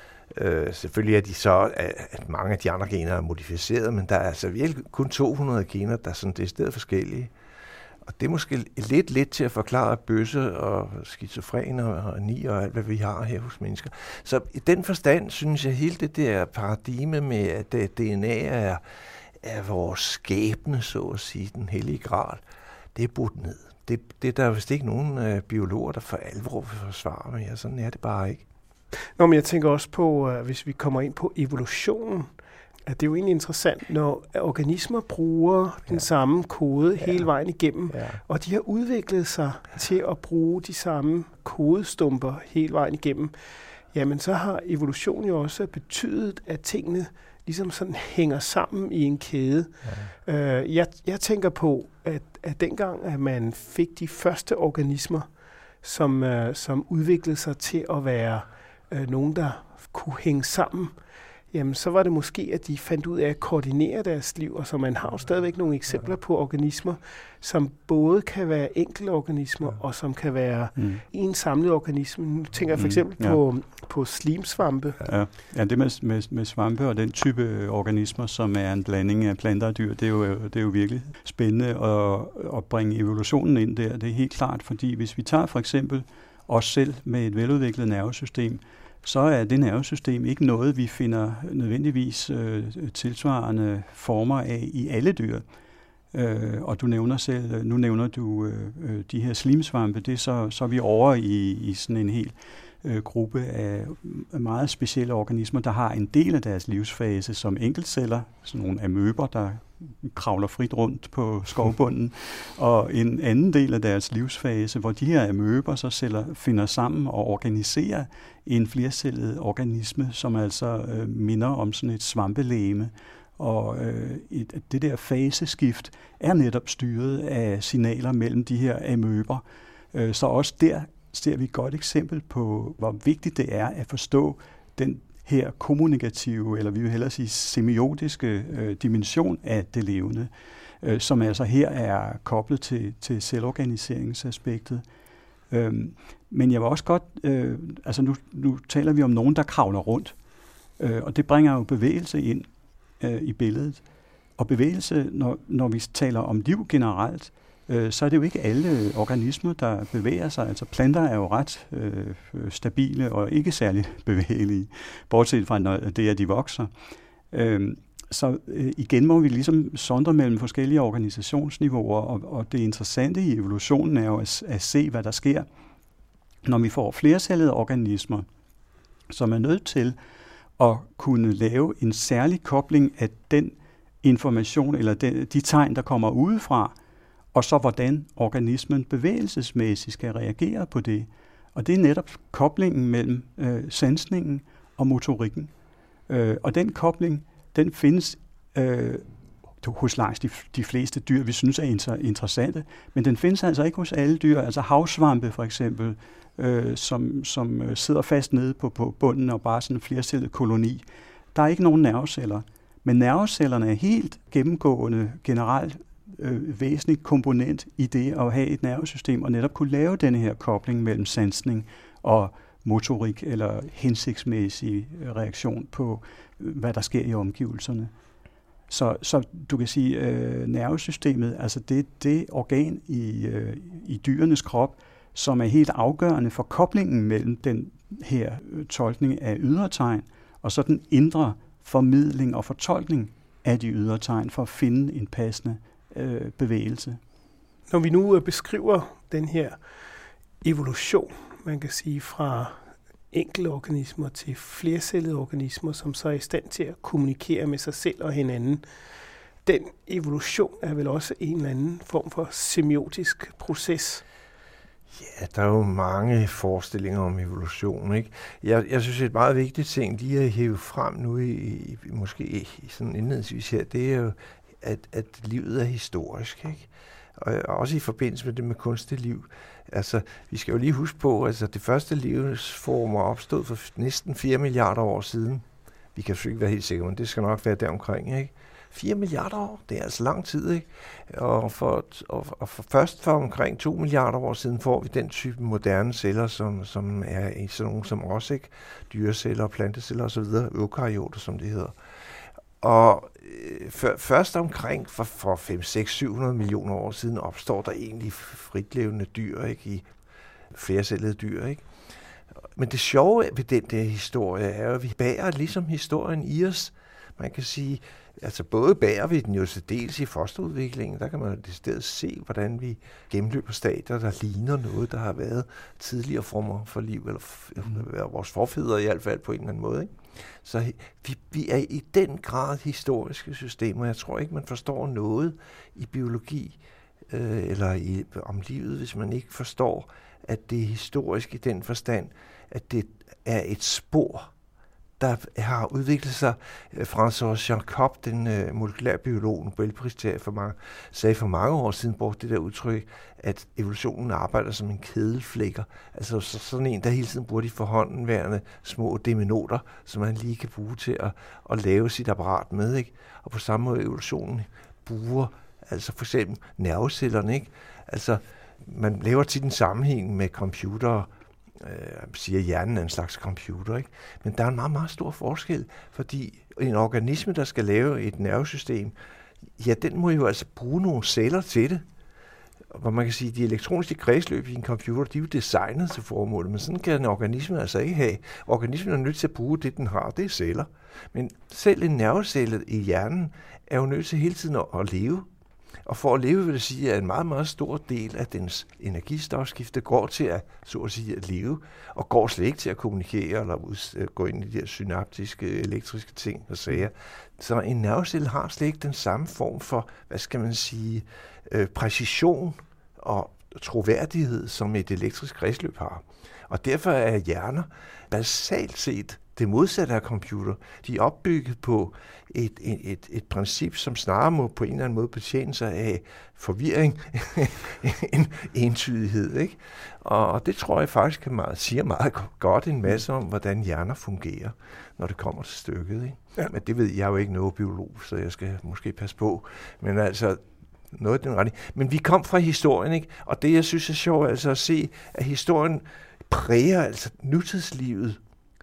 Øh, selvfølgelig er de så, at mange af de andre gener er modificeret, men der er altså virkelig kun to hundrede gener, der er sådan decideret forskellige. Og det er måske lidt lidt til at forklare bøsse og skizofren og ni og alt, hvad vi har her hos mennesker. Så i den forstand synes jeg, hele det der paradigme med, at D N A er, er vores skæbne, så at sige, den hellige gral, det er brudt ned. Det, det er der vist ikke nogen øh, biologer, der for alvor vil forsvare med. Sådan er det bare ikke. Nå, men jeg tænker også på, uh, hvis vi kommer ind på evolutionen, at det er jo egentlig interessant, når organismer bruger ja. den samme kode ja. hele vejen igennem, ja. og de har udviklet sig ja. til at bruge de samme kodestumper hele vejen igennem, jamen så har evolutionen jo også betydet, at tingene ligesom sådan hænger sammen i en kæde. Ja. Uh, jeg, jeg tænker på, at, at dengang, at man fik de første organismer, som, uh, som udviklede sig til at være uh, nogen, der kunne hænge sammen, jamen så var det måske, at de fandt ud af at koordinere deres liv, og så man har jo stadigvæk nogle eksempler på organismer, som både kan være enkeltorganismer, og som kan være mm. en samlet organisme. Nu tænker jeg for eksempel mm, ja. på, på slimsvampe. Ja, ja det med, med, med svampe og den type organismer, som er en blanding af planter og dyr, det er jo, det er jo virkelig spændende at, at bringe evolutionen ind der. Det er helt klart, fordi hvis vi tager for eksempel os selv med et veludviklet nervesystem, så er det nervesystem ikke noget, vi finder nødvendigvis øh, tilsvarende former af i alle dyr. Øh, og du nævner selv, nu nævner du øh, de her slimsvampe, det er så, så er vi over i, i sådan en hel øh, gruppe af meget specielle organismer, der har en del af deres livsfase som enkeltceller, sådan nogle amøber, der kravler frit rundt på skovbunden, og en anden del af deres livsfase, hvor de her amøber så celler finder sammen og organiserer en flercellet organisme, som altså øh, minder om sådan et svampelegeme. Og øh, et, det der faseskift er netop styret af signaler mellem de her amøber. Øh, så også der ser vi et godt eksempel på, hvor vigtigt det er at forstå den her kommunikative, eller vi vil hellere sige semiotiske øh, dimension af det levende, øh, som altså her er koblet til, til selvorganiseringsaspektet. Øhm, men jeg vil også godt, øh, altså nu, nu taler vi om nogen, der kravler rundt, øh, og det bringer jo bevægelse ind øh, i billedet. Og bevægelse, når, når vi taler om liv generelt, øh, så er det jo ikke alle organismer, der bevæger sig. Altså planter er jo ret øh, stabile og ikke særlig bevægelige, bortset fra når det, at de vokser. Øh, Så øh, igen må vi ligesom sondre mellem forskellige organisationsniveauer, og, og det interessante i evolutionen er jo at, at se, hvad der sker, når vi får flercellede organismer, som er nødt til at kunne lave en særlig kobling af den information, eller de, de tegn, der kommer udefra, og så hvordan organismen bevægelsesmæssigt skal reagere på det. Og det er netop koblingen mellem øh, sansningen og motorikken. Øh, og den kobling, den findes øh, hos langt de, de fleste dyr, vi synes er inter, interessante, men den findes altså ikke hos alle dyr. Altså havsvampe for eksempel, øh, som, som sidder fast nede på, på bunden og bare sådan en flercellet koloni. Der er ikke nogen nerveceller, men nervecellerne er helt gennemgående generelt øh, væsentlig komponent i det at have et nervesystem og netop kunne lave denne her kobling mellem sansning og motorik eller hensigtsmæssig reaktion på, hvad der sker i omgivelserne. Så, så du kan sige, øh, nervesystemet, altså det det organ i, øh, i dyrenes krop, som er helt afgørende for koblingen mellem den her tolkning af ydre tegn, og så den indre formidling og fortolkning af de ydre tegn, for at finde en passende øh, bevægelse. Når vi nu øh, beskriver den her evolution, man kan sige fra enkelte organismer til flercellede organismer, som så er i stand til at kommunikere med sig selv og hinanden. Den evolution er vel også en eller anden form for semiotisk proces? Ja, der er jo mange forestillinger om evolution, ikke? Jeg, jeg synes, et meget vigtigt ting, de har hævet frem nu, i, i, måske i sådan indledningsvis her, det er jo, at, at livet er historisk, ikke? Og også i forbindelse med det med kunstigt liv. Altså, vi skal jo lige huske på, at altså, det første livsformer opstod for næsten fire milliarder år siden. Vi kan selvfølgelig ikke være helt sikre, men det skal nok være deromkring, ikke? fire milliarder år, det er altså lang tid, ikke? Og, for, og, og for først for omkring to milliarder år siden får vi den type moderne celler, som, som er i sådan nogle som os, ikke? Dyreceller, planteceller osv., eukaryoter, som det hedder. Og for, først omkring for, for fem, seks, syv hundrede millioner år siden opstår der egentlig fritlevende dyr, ikke? I flercellede dyr, ikke? Men det sjove ved den der historie er jo, at vi bærer ligesom historien i os. Man kan sige, altså både bærer vi den jo så dels i fosterudviklingen, der kan man jo i stedet se, hvordan vi gennemløber stadier, der ligner noget, der har været tidligere former for liv, eller f- vores forfædre i hvert fald på en eller anden måde, ikke? Så vi, vi er i den grad historiske systemer. Jeg tror ikke, man forstår noget i biologi øh, eller i, om livet, hvis man ikke forstår, at det er historisk i den forstand, at det er et spor, der har udviklet sig. François Jacob, den øh, molekylærbiolog, Nobelpristager for mange, sagde for mange år siden, brugte det der udtryk, at evolutionen arbejder som en kedelflækker. Altså så, sådan en, der hele tiden bruger de forhåndenværende små deminoter, som man lige kan bruge til at, at lave sit apparat med, ikke? Og på samme måde evolutionen bruger, altså for eksempel nervecellerne, ikke? Altså man laver tit en sammenhæng med computere. Jeg siger, at hjernen er en slags computer, ikke? Men der er en meget, meget stor forskel, fordi en organisme, der skal lave et nervesystem, ja, den må jo altså bruge nogle celler til det. Hvor man kan sige, at de elektroniske kredsløb i en computer, de er jo designet til formålet, men sådan kan en organisme altså ikke have. Organismen er nødt til at bruge det, den har, det er celler. Men selv en nervecelle i hjernen er jo nødt til hele tiden at leve. Og for at leve vil det sige, at en meget, meget stor del af dens energistofskifte går til at, så at sige, at leve, og går slet ikke til at kommunikere eller ud, gå ind i de her synaptiske, elektriske ting og sager. Så en nervecelle har slet ikke den samme form for, hvad skal man sige, øh, præcision og troværdighed, som et elektrisk kredsløb har. Og derfor er hjerner basalt set det modsatte af computer. De er opbygget på et, et, et, et princip, som snarere må på en eller anden måde betjene sig af forvirring en entydighed, ikke? Og det tror jeg faktisk kan meget, siger meget godt en masse om, hvordan hjerner fungerer, når det kommer til stykket, ikke? Ja. Men det ved jeg jo ikke noget biolog, så jeg skal måske passe på. Men altså, noget af den retning. Men vi kom fra historien, ikke? Og det, jeg synes er sjovt, altså at se, at historien præger altså nutidslivet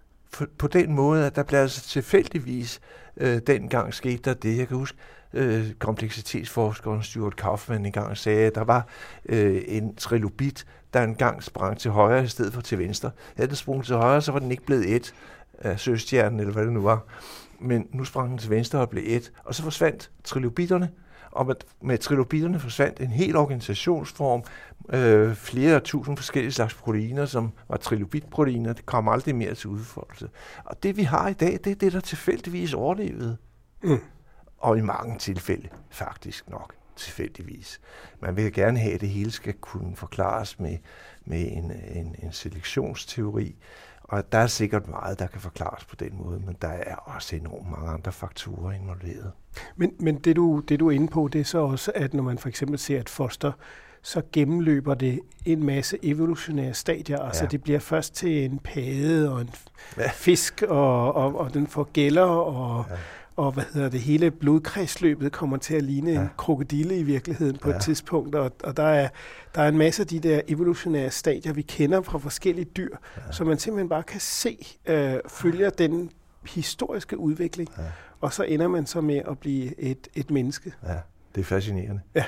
på den måde, at der blev altså tilfældigvis øh, dengang skete der det. Jeg kan huske, øh, kompleksitetsforskeren Stuart Kauffman engang sagde, at der var øh, en trilobit, der engang sprang til højre i stedet for til venstre. Havde den sprunget til højre, så var den ikke blevet et af søstjernen, eller hvad det nu var. Men nu sprang den til venstre og blev et, og så forsvandt trilobitterne. Og med, med trilobitterne forsvandt en hel organisationsform, øh, flere tusind forskellige slags proteiner, som var trilobitproteiner. Det kom aldrig mere til udfoldelse. Og det vi har i dag, det er det, der tilfældigvis overlevede. Mm. Og i mange tilfælde faktisk nok tilfældigvis. Man vil gerne have, at det hele skal kunne forklares med, med en, en, en selektionsteori. Og der er sikkert meget, der kan forklares på den måde, men der er også enormt mange andre faktorer involveret. Men, men det, du, det, du er inde på, det er så også, at når man for eksempel ser et foster, så gennemløber det en masse evolutionære stadier. Ja. Altså det bliver først til en padde og en ja. fisk, og, og, og den får gælder, og, ja. og hvad hedder det, hele blodkredsløbet kommer til at ligne ja. en krokodille i virkeligheden på ja. et tidspunkt. Og, og der, er, der er en masse af de der evolutionære stadier, vi kender fra forskellige dyr, ja. så man simpelthen bare kan se, øh, følger den historiske udvikling, ja. og så ender man så med at blive et, et menneske. Ja, det er fascinerende. Ja.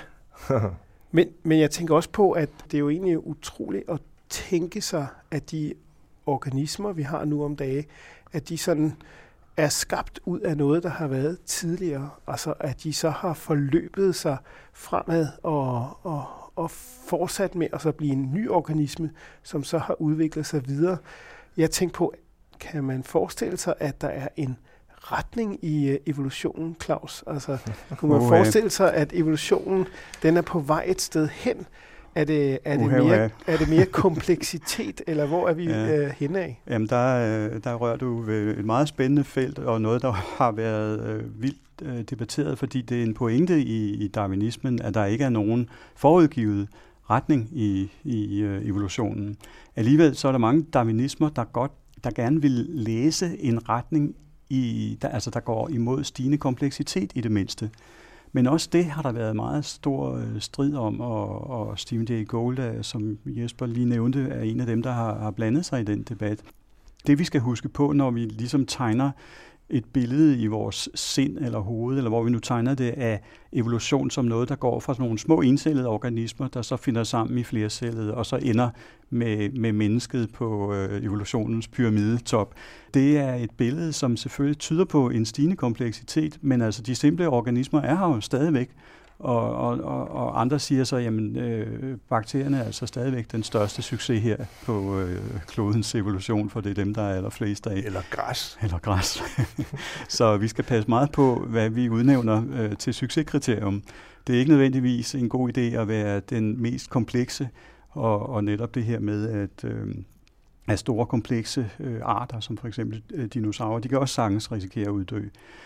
men, men jeg tænker også på, at det er jo egentlig utroligt at tænke sig, at de organismer, vi har nu om dage, at de sådan er skabt ud af noget, der har været tidligere. Altså at de så har forløbet sig fremad og, og, og fortsat med at så blive en ny organisme, som så har udviklet sig videre. Jeg tænker på, kan man forestille sig, at der er en retning i evolutionen, Claus? Altså, kunne man forestille sig, at evolutionen den er på vej et sted hen? Er det, er det, mere, er det mere kompleksitet, eller hvor er vi ja. øh, henne af? Jamen, der, der rører du ved et meget spændende felt, og noget, der har været øh, vildt øh, debatteret, fordi det er en pointe i, i darwinismen, at der ikke er nogen forudgivet retning i, i øh, evolutionen. Alligevel så er der mange darwinismer, der godt der gerne vil læse en retning, i, der, altså der går imod stigende kompleksitet i det mindste. Men også det har der været meget stor øh, strid om, og, og Stephen Jay Gould, som Jesper lige nævnte, er en af dem, der har, har blandet sig i den debat. Det vi skal huske på, når vi ligesom tegner et billede i vores sind eller hoved, eller hvor vi nu tegner det, af evolution som noget, der går fra nogle små encellede organismer, der så finder sammen i flercellede, og så ender med, med mennesket på øh, evolutionens pyramidetop. Det er et billede, som selvfølgelig tyder på en stigende kompleksitet, men altså de simple organismer er her jo stadigvæk. Og, og, og andre siger så, jamen øh, bakterierne er altså stadigvæk den største succes her på øh, klodens evolution, for det er dem, der er allerflest af. Eller græs. Eller græs. Så vi skal passe meget på, hvad vi udnævner øh, til succeskriterium. Det er ikke nødvendigvis en god idé at være den mest komplekse, og, og netop det her med, at, øh, at store komplekse øh, arter, som for eksempel øh, dinosaurer, de kan også sagtens risikere at uddø.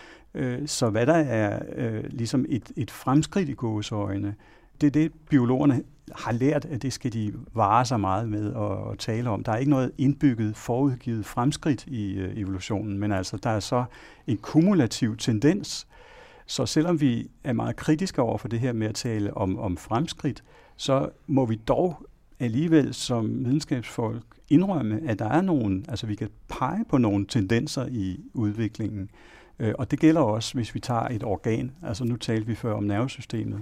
Så hvad der er øh, ligesom et, et fremskridt i gåseøjne, det er det, biologerne har lært, at det skal de vare sig meget med at, at tale om. Der er ikke noget indbygget, forudgivet fremskridt i øh, evolutionen, men altså der er så en kumulativ tendens. Så selvom vi er meget kritiske over for det her med at tale om, om fremskridt, så må vi dog alligevel som videnskabsfolk indrømme, at der er nogen, altså vi kan pege på nogle tendenser i udviklingen. Og det gælder også, hvis vi tager et organ. Altså nu talte vi før om nervesystemet.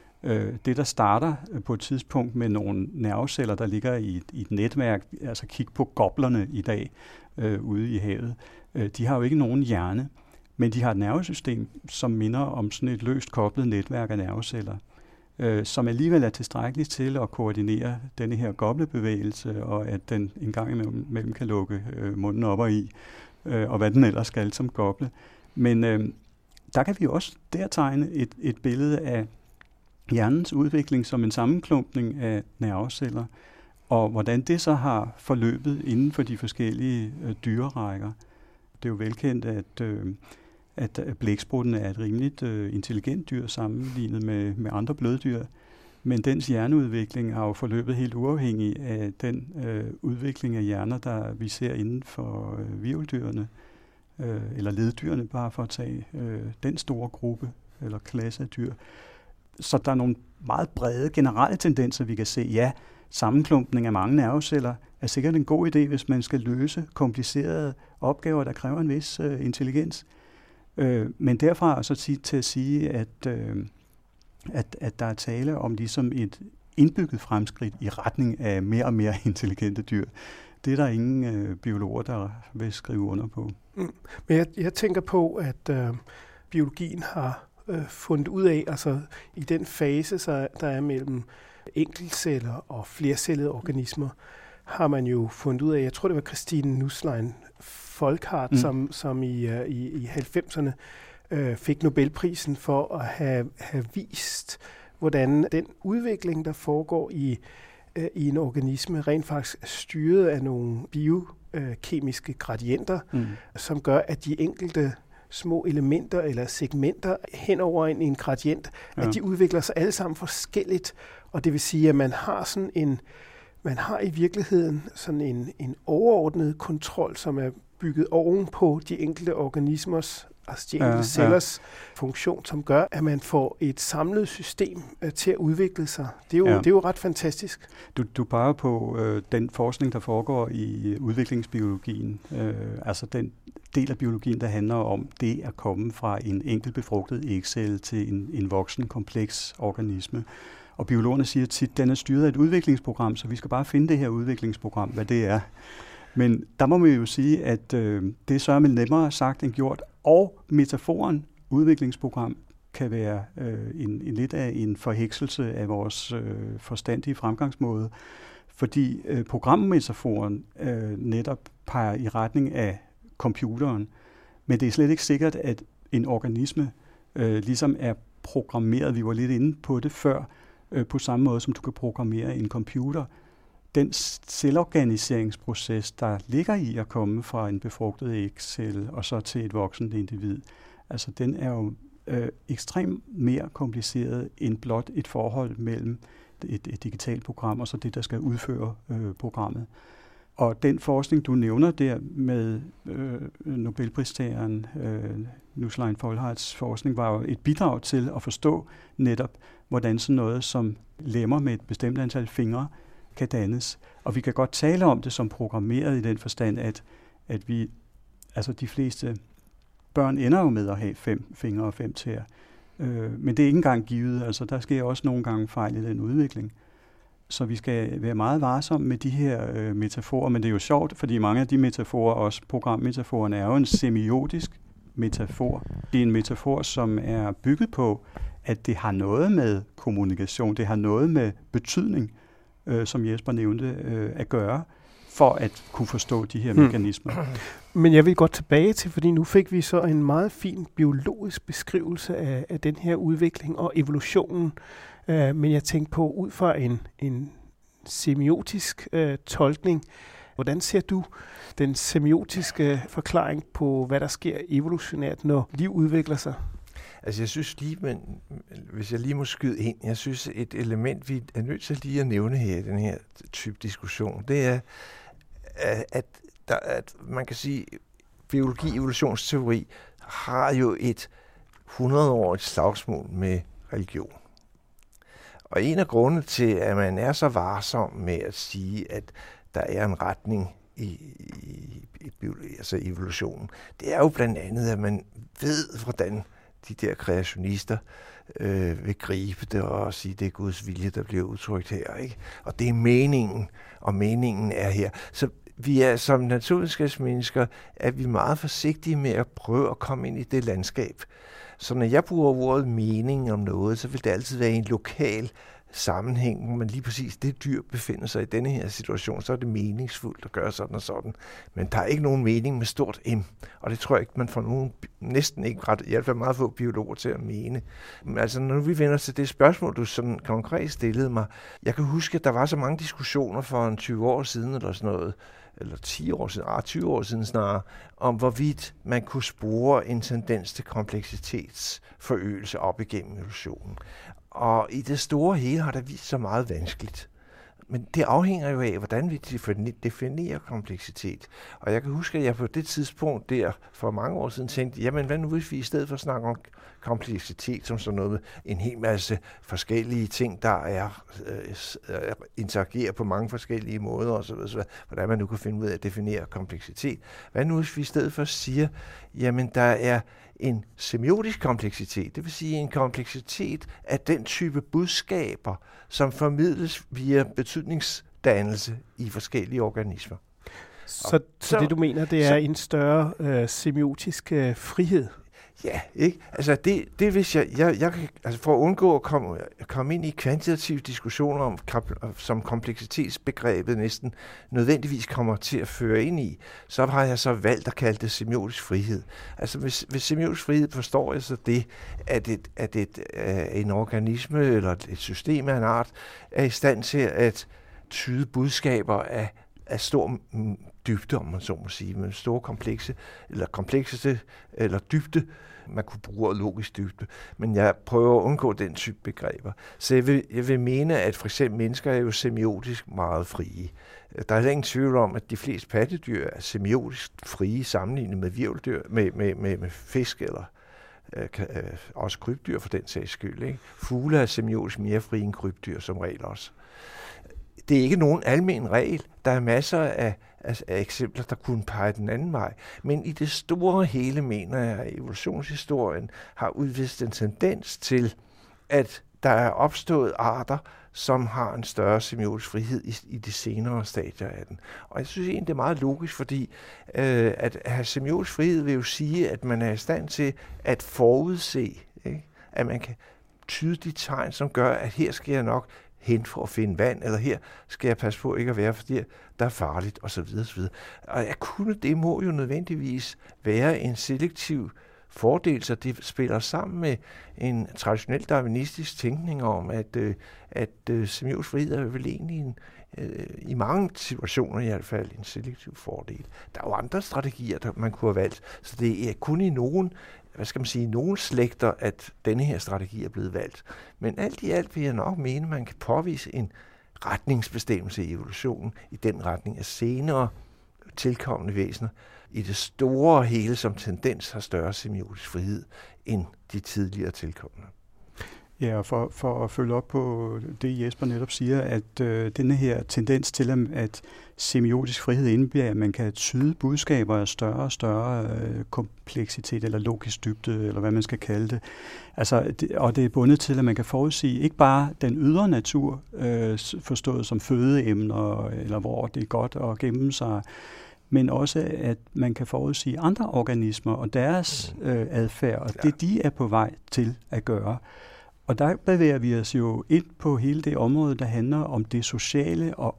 Det, der starter på et tidspunkt med nogle nerveceller, der ligger i et, i et netværk, altså kig på goblerne i dag øh, ude i havet, øh, de har jo ikke nogen hjerne, men de har et nervesystem, som minder om sådan et løst koblet netværk af nerveceller, øh, som alligevel er tilstrækkeligt til at koordinere denne her goblebevægelse, og at den en gang imellem kan lukke øh, munden op og i, øh, og hvad den ellers skal som goble. Men øh, der kan vi også der tegne et, et billede af hjernens udvikling som en sammenklumpning af nerveceller, og hvordan det så har forløbet inden for de forskellige øh, dyrerækker. Det er jo velkendt, at, øh, at blæksprutten er et rimeligt øh, intelligent dyr sammenlignet med, med andre bløddyr, men dens hjerneudvikling har jo forløbet helt uafhængig af den øh, udvikling af hjerner, der vi ser inden for øh, hvirveldyrene, øh, eller leddyrene, bare for at tage øh, den store gruppe eller klasse af dyr. Så der er nogle meget brede generelle tendenser, vi kan se. Ja, sammenklumpning af mange nerveceller er sikkert en god idé, hvis man skal løse komplicerede opgaver, der kræver en vis øh, intelligens. Øh, men derfra så til, til at sige, at, øh, at, at der er tale om ligesom et indbygget fremskridt i retning af mere og mere intelligente dyr. Det er der ingen øh, biologer, der vil skrive under på. Mm. Men jeg, jeg tænker på, at øh, biologien har øh, fundet ud af, altså i den fase, så der er mellem enkeltceller og flercellede organismer, har man jo fundet ud af, jeg tror det var Christine Nusslein Folkhardt, mm. som, som i, uh, i, i halvfemserne øh, fik Nobelprisen for at have, have vist, hvordan den udvikling, der foregår i, øh, i en organisme, rent faktisk er styret af nogle biokemiske gradienter, mm. som gør, at de enkelte små elementer eller segmenter hen over en, en gradient, ja. At de udvikler sig alle sammen forskelligt, og det vil sige, at man har sådan en, man har i virkeligheden sådan en, en overordnet kontrol, som er bygget oven på de enkelte organismers, altså de enkelte ja, cellers ja. funktion, som gør, at man får et samlet system uh, til at udvikle sig. Det er jo, ja. det er jo ret fantastisk. Du, du peger på øh, den forskning, der foregår i udviklingsbiologien, øh, altså den del af biologien, der handler om det at komme fra en enkelt befrugtet ægcelle til en, en voksen, kompleks organisme. Og biologerne siger tit, at den er styret af et udviklingsprogram, så vi skal bare finde det her udviklingsprogram, hvad det er. Men der må vi jo sige, at øh, det er så nemmere sagt end gjort, og metaforen udviklingsprogram kan være øh, en, en lidt af en forhekselse af vores øh, forstandige fremgangsmåde, fordi øh, programmetaforen øh, netop peger i retning af computeren, men det er slet ikke sikkert, at en organisme øh, ligesom er programmeret, vi var lidt inde på det før, øh, på samme måde som du kan programmere en computer. Den selvorganiseringsproces, der ligger i at komme fra en befrugtet ægcelle og så til et voksent individ, altså den er jo øh, ekstremt mere kompliceret end blot et forhold mellem et, et digitalt program og så det, der skal udføre øh, programmet. Og den forskning, du nævner der med øh, Nobelpristageren øh, Nusslein Folkhardts forskning, var jo et bidrag til at forstå netop, hvordan sådan noget som lemmer med et bestemt antal fingre kan dannes. Og vi kan godt tale om det som programmeret i den forstand, at, at vi, altså de fleste børn ender jo med at have fem fingre og fem tæer. Øh, men det er ikke engang givet. Altså, der sker også nogle gange fejl i den udvikling. Så vi skal være meget varsomme med de her øh, metaforer. Men det er jo sjovt, fordi mange af de metaforer, også programmetaforerne, er jo en semiotisk metafor. Det er en metafor, som er bygget på, at det har noget med kommunikation, det har noget med betydning, øh, som Jesper nævnte, øh, at gøre, for at kunne forstå de her hmm. mekanismer. Men jeg vil gå tilbage til, fordi nu fik vi så en meget fin biologisk beskrivelse af, af den her udvikling og evolutionen. Uh, men jeg tænkte på, ud fra en, en semiotisk uh, tolkning, hvordan ser du den semiotiske forklaring på, hvad der sker evolutionært, når liv udvikler sig? Altså jeg synes lige, men hvis jeg lige må skyde ind, jeg synes et element, vi er nødt til lige at nævne her i den her type diskussion, det er, at, der, at man kan sige, biologi, evolutionsteori har jo et hundredårigt slagsmål med religion. Og en af grundene til, at man er så varsom med at sige, at der er en retning i, i, i altså evolutionen, det er jo blandt andet, at man ved, hvordan de der kreationister øh, vil gribe det og sige, at det er Guds vilje, der bliver udtrykt her. Ikke? Og det er meningen, og meningen er her. Så vi er som naturvidenskabsmennesker, er vi meget forsigtige med at prøve at komme ind i det landskab. Så når jeg bruger ordet mening om noget, så vil det altid være en lokal sammenhæng, hvor man lige præcis det dyr befinder sig i denne her situation, så er det meningsfuldt at gøre sådan og sådan. Men der er ikke nogen mening med stort M, og det tror jeg ikke, man får nogen, næsten ikke ret, i hvert fald meget få biologer til at mene. Men altså, når vi vender til det spørgsmål, du sådan konkret stillede mig, jeg kan huske, at der var så mange diskussioner for en tyve år siden, eller sådan noget, eller ti år siden, ah, tyve år siden snarere, om hvorvidt man kunne spore en tendens til kompleksitetsforøgelse op igennem evolutionen. Og i det store hele har det vist sig meget vanskeligt. Men det afhænger jo af, hvordan vi definerer kompleksitet. Og jeg kan huske, at jeg på det tidspunkt der for mange år siden tænkte, jamen hvad nu hvis vi i stedet for at snakke om kompleksitet som sådan noget med en hel masse forskellige ting, der er øh, interagerer på mange forskellige måder osv., så hvordan man nu kan finde ud af at definere kompleksitet. Hvad nu hvis vi i stedet for siger, jamen der er en semiotisk kompleksitet, det vil sige en kompleksitet af den type budskaber, som formidles via betydningsdannelse i forskellige organismer. Så, så, så det du mener, det er så, en større øh, semiotisk øh, frihed? Ja, ikke? Altså det, det hvis jeg, jeg, jeg altså for at undgå at komme, at komme ind i kvantitative diskussioner om, som kompleksitetsbegrebet næsten nødvendigvis kommer til at føre ind i, så har jeg så valgt at kalde det semiotisk frihed. Altså hvis, hvis semiotisk frihed forstår jeg så det, at, et, at et, uh, en organisme eller et system af en art er i stand til at tyde budskaber af, af stor dybde, om man så må sige, med store komplekse, eller komplekse, eller dybde. Man kunne bruge logisk dybde, men jeg prøver at undgå den type begreber. Så jeg vil, jeg vil mene, at for eksempel mennesker er jo semiotisk meget frie. Der er ingen tvivl om, at de fleste pattedyr er semiotisk frie sammenlignet med virveldyr, med, med, med, med fisk eller øh, øh, også krybdyr for den sags skyld. Ikke? Fugle er semiotisk mere frie end krybdyr som regel også. Det er ikke nogen almen regel. Der er masser af, af, af eksempler, der kunne pege den anden vej. Men i det store hele mener jeg, at evolutionshistorien har udvist en tendens til, at der er opstået arter, som har en større semiotisk frihed i, i de senere stadier af den. Og jeg synes egentlig, det er meget logisk, fordi øh, at have semiotisk frihed vil jo sige, at man er i stand til at forudse, ikke? At man kan tyde de tegn, som gør, at her skal jeg nok hen for at finde vand, eller her skal jeg passe på ikke at være, fordi der er farligt, osv. osv. Og at kunne det må jo nødvendigvis være en selektiv fordel, så det spiller sammen med en traditionel darwinistisk tænkning om, at, at semiotisk frihed er vel egentlig en, i mange situationer i hvert fald en selektiv fordel. Der er jo andre strategier, der man kunne have valgt, så det er kun i nogen hvad skal man sige, nogle slægter, at denne her strategi er blevet valgt. Men alt i alt vil jeg nok mene, at man kan påvise en retningsbestemmelse i evolutionen i den retning af senere tilkommende væsener i det store hele som tendens har større semiotisk frihed end de tidligere tilkommende. Ja, og for, for at følge op på det, Jesper netop siger, at øh, denne her tendens til, at, at semiotisk frihed indebærer, at man kan tyde budskaber af større og større øh, kompleksitet, eller logisk dybde, eller hvad man skal kalde det. Altså, det, og det er bundet til, at man kan forudsige ikke bare den ydre natur, øh, forstået som fødeemner, eller hvor det er godt at gemme sig, men også, at man kan forudsige andre organismer og deres øh, adfærd, og det de er på vej til at gøre. Og der bevæger vi os jo ind på hele det område, der handler om det sociale og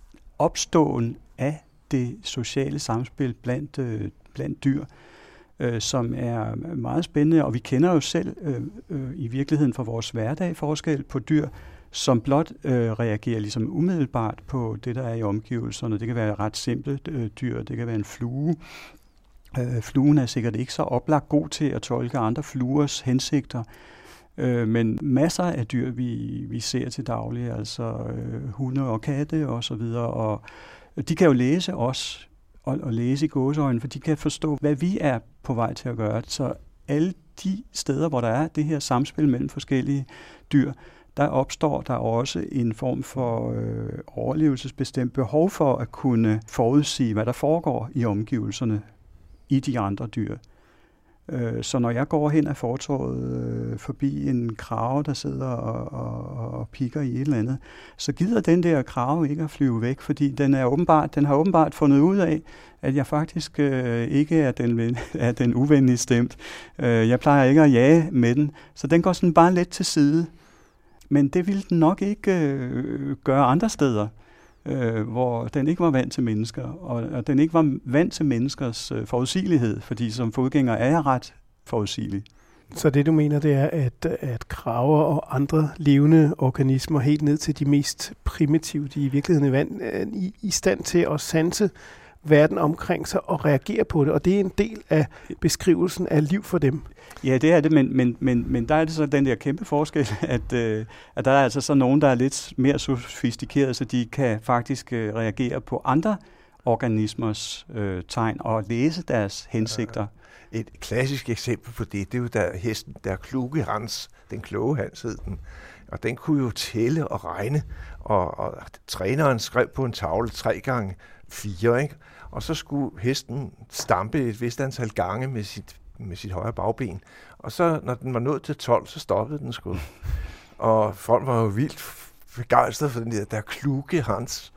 opståen af det sociale samspil blandt, øh, blandt dyr, øh, som er meget spændende. Og vi kender jo selv øh, øh, i virkeligheden fra vores hverdag forskel på dyr, som blot øh, reagerer ligesom umiddelbart på det, der er i omgivelserne. Det kan være ret simple øh, dyr, det kan være en flue. Øh, fluen er sikkert ikke så oplagt god til at tolke andre fluers hensigter, øh, men masser af dyr, vi, vi ser til daglig, altså øh, hunde og katte og så videre, og de kan jo læse os, og, og læse i gåseøjne, for de kan forstå, hvad vi er på vej til at gøre. Så alle de steder, hvor der er det her samspil mellem forskellige dyr, der opstår der også en form for øh, overlevelsesbestemt behov for at kunne forudsige, hvad der foregår i omgivelserne i de andre dyr. Øh, så når jeg går hen ad fortovet øh, forbi en krage, der sidder og, og, og pikker i et eller andet, så gider den der krage ikke at flyve væk, fordi den, er åbenbart, den har åbenbart fundet ud af, at jeg faktisk øh, ikke er den, er den uvenlige stemt. Øh, jeg plejer ikke at jage med den, så den går sådan bare lidt til side. Men det ville den nok ikke øh, gøre andre steder, øh, hvor den ikke var vant til mennesker, og, og den ikke var vant til menneskers øh, forudsigelighed, fordi som fodgænger er jeg ret forudsigelig. Så det du mener, det er, at, at krager og andre levende organismer, helt ned til de mest primitive, de er i virkeligheden vand, er i, i stand til at sanse verden omkring sig og reagere på det, og det er en del af beskrivelsen af liv for dem. Ja, det er det, men, men, men, men der er det så den der kæmpe forskel, at, øh, at der er altså så nogen, der er lidt mere sofistikeret, så de kan faktisk øh, reagere på andre organismers øh, tegn og læse deres hensigter. Et klassisk eksempel på det, det er jo der hesten, der kluge Hans, den kloge Hans hed den, og den kunne jo tælle og regne, og, og træneren skrev på en tavle tre gange fire, ikke? Og så skulle hesten stampe et vist antal gange med sit, med sit højre bagben, og så når den var nået til tolv, så stoppede den sgu. Og folk var jo vildt begejstrede for den der, der kluge Hans.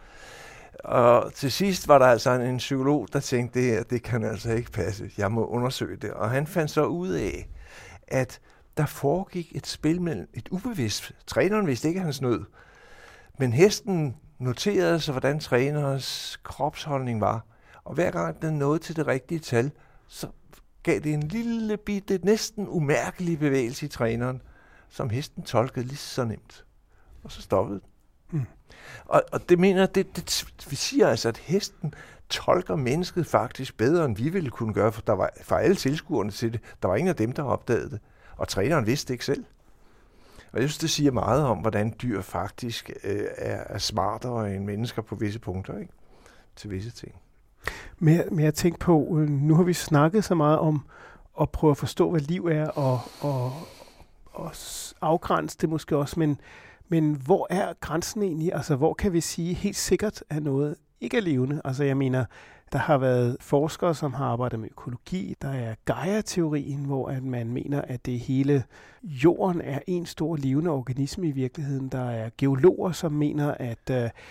Og til sidst var der altså en, en psykolog, der tænkte, det her, det kan altså ikke passe, jeg må undersøge det. Og han fandt så ud af, at der foregik et spil mellem et ubevidst. Træneren vidste ikke, hans nød. Men hesten noterede sig, hvordan trænerens kropsholdning var. Og hver gang den nåede til det rigtige tal, så gav det en lille bitte, næsten umærkelig bevægelse i træneren, som hesten tolkede lige så nemt. Og så stoppede den. Mm. Og, og det mener, det, det, vi siger altså, at hesten tolker mennesket faktisk bedre, end vi ville kunne gøre, for der var for alle tilskuerne til det. Der var ingen af dem, der opdagede det. Og træneren vidste det ikke selv. Og jeg synes, det siger meget om, hvordan dyr faktisk øh, er, er smartere end mennesker på visse punkter, ikke? Til visse ting. Men, men jeg tænker på, nu har vi snakket så meget om at prøve at forstå, hvad liv er, og, og, og afgrænse det måske også, men, men hvor er grænsen egentlig? Altså, hvor kan vi sige helt sikkert, at noget ikke er levende? Altså, jeg mener, der har været forskere, som har arbejdet med økologi. Der er Gaia-teorien, hvor at man mener, at det hele jorden er en stor levende organisme i virkeligheden. Der er geologer, som mener, at,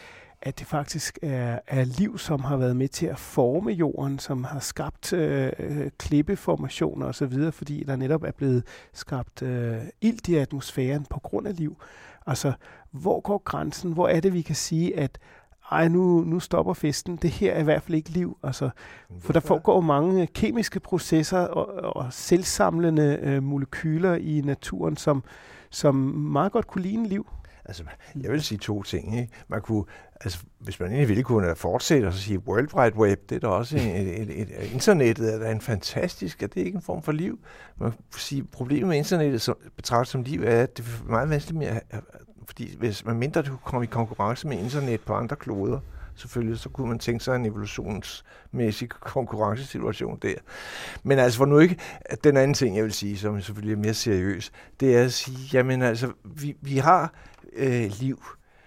at det faktisk er, er liv, som har været med til at forme jorden, som har skabt øh, klippeformationer osv., fordi der netop er blevet skabt øh, ilt i atmosfæren på grund af liv. Altså, hvor går grænsen? Hvor er det, vi kan sige, at ej, nu, nu stopper festen. Det her er i hvert fald ikke liv. Altså, for der foregår mange kemiske processer og, og selvsamlende øh, molekyler i naturen, som, som meget godt kunne ligne liv. Altså, jeg vil sige to ting, ikke? Man kunne, altså, hvis man egentlig ville kunne fortsætte og så sige World Wide Web, det er da også en, et, et, et, internettet er da en fantastisk, og det er ikke en form for liv. Man kan sige, problemet med internettet som, betragtet som liv er, at det er meget vanskeligt med at, fordi hvis man mindre du kommer i konkurrence med internet på andre kloder, selvfølgelig, så kunne man tænke sig en evolutionsmæssig konkurrencesituation der. Men altså for nu ikke, at den anden ting, jeg vil sige, som selvfølgelig er mere seriøs, det er at sige, jamen altså, vi, vi har øh, liv,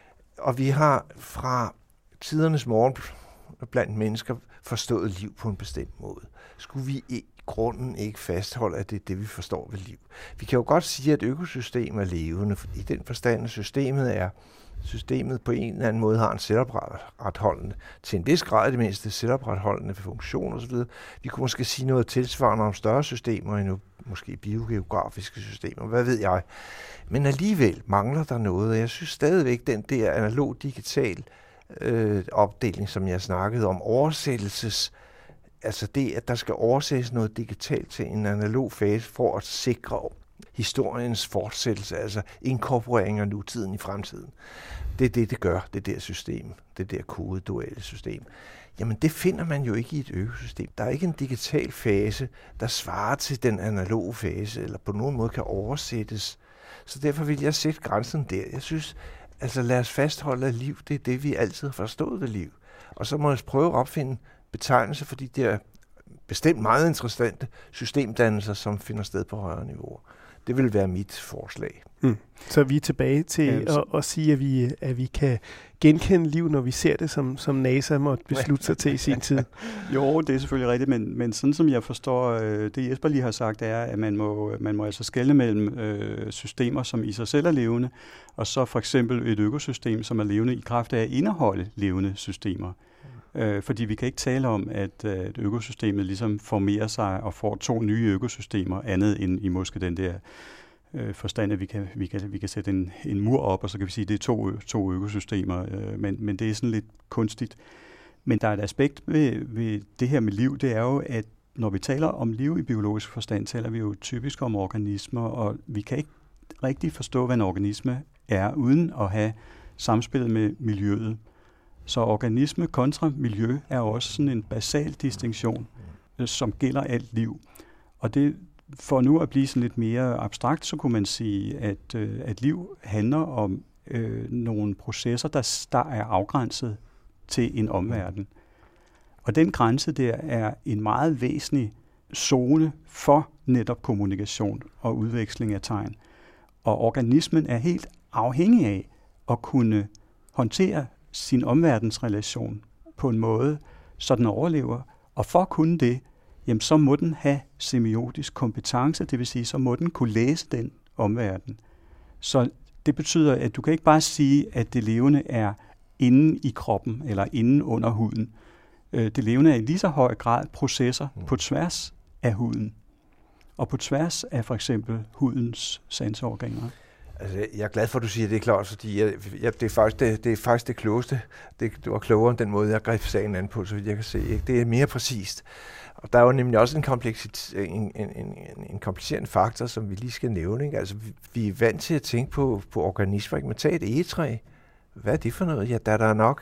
og vi har fra tidernes morgen blandt mennesker forstået liv på en bestemt måde. Skulle vi i grunden ikke fastholde, at det er det, vi forstår ved liv? Vi kan jo godt sige, at økosystem er levende, i den forstand, at systemet er systemet på en eller anden måde har en selvopretholdende, til en vis grad det mindste selvopretholdende funktion osv. Vi kunne måske sige noget tilsvarende om større systemer end måske biogeografiske systemer, hvad ved jeg. Men alligevel mangler der noget, og jeg synes stadigvæk, den der analog-digital øh, opdeling, som jeg snakkede om, oversættelses, altså det, at der skal oversættes noget digitalt til en analog fase for at sikre historiens fortsættelse, altså inkorporering af nutiden i fremtiden. Det er det, det gør, det der system, det der kodeduelle system. Jamen det finder man jo ikke i et økosystem. Der er ikke en digital fase, der svarer til den analoge fase, eller på nogen måde kan oversættes. Så derfor vil jeg sætte grænsen der. Jeg synes, altså lad os fastholde, at liv, det er det, vi altid har forstået ved liv. Og så må vi prøve at opfinde betegnelser for de der bestemt meget interessante systemdannelser, som finder sted på højere niveauer. Det vil være mit forslag. Mm. Så vi er tilbage til ja, at, at sige, at vi, at vi kan genkende liv, når vi ser det, som, som NASA måtte beslutte sig til i sin tid. Jo, det er selvfølgelig rigtigt, men, men sådan som jeg forstår, øh, det Jesper lige har sagt, er, at man må, man må altså skelne mellem øh, systemer, som i sig selv er levende, og så for eksempel et økosystem, som er levende i kraft af at indeholde levende systemer. Øh, fordi vi kan ikke tale om, at, at økosystemet ligesom formerer sig og får to nye økosystemer, andet end i måske den der øh, forstand, at vi kan, vi kan, vi kan sætte en, en mur op, og så kan vi sige, at det er to, to økosystemer, øh, men, men det er sådan lidt kunstigt. Men der er et aspekt ved, ved det her med liv, det er jo, at når vi taler om liv i biologisk forstand, taler vi jo typisk om organismer, og vi kan ikke rigtig forstå, hvad en organisme er, uden at have samspillet med miljøet. Så organisme kontra miljø er også sådan en basal distinktion, som gælder alt liv. Og det, for nu at blive sådan lidt mere abstrakt, så kunne man sige, at, øh, at liv handler om øh, nogle processer, der, der er afgrænset til en omverden. Og den grænse der er en meget væsentlig zone for netop kommunikation og udveksling af tegn. Og organismen er helt afhængig af at kunne håndtere sin omverdensrelation på en måde, så den overlever. Og for at kunne det, jamen, så må den have semiotisk kompetence, det vil sige, så må den kunne læse den omverden. Så det betyder, at du kan ikke bare sige, at det levende er inde i kroppen eller inde under huden. Det levende er i lige så høj grad processer på tværs af huden, og på tværs af for eksempel hudens sanseorganer. Altså, jeg er glad for, at du siger, at det er klart, fordi jeg, jeg, det, er faktisk det, det er faktisk det klogeste. Det, det var klogere end den måde, jeg greb sagen an på, så vidt jeg kan se. Ikke? Det er mere præcist. Og der er jo nemlig også en, en, en, en, en komplicerende faktor, som vi lige skal nævne. Ikke? Altså, vi, vi er vant til at tænke på, på organismer. Man tager et egetræ. Hvad er det for noget? Ja, der er der nok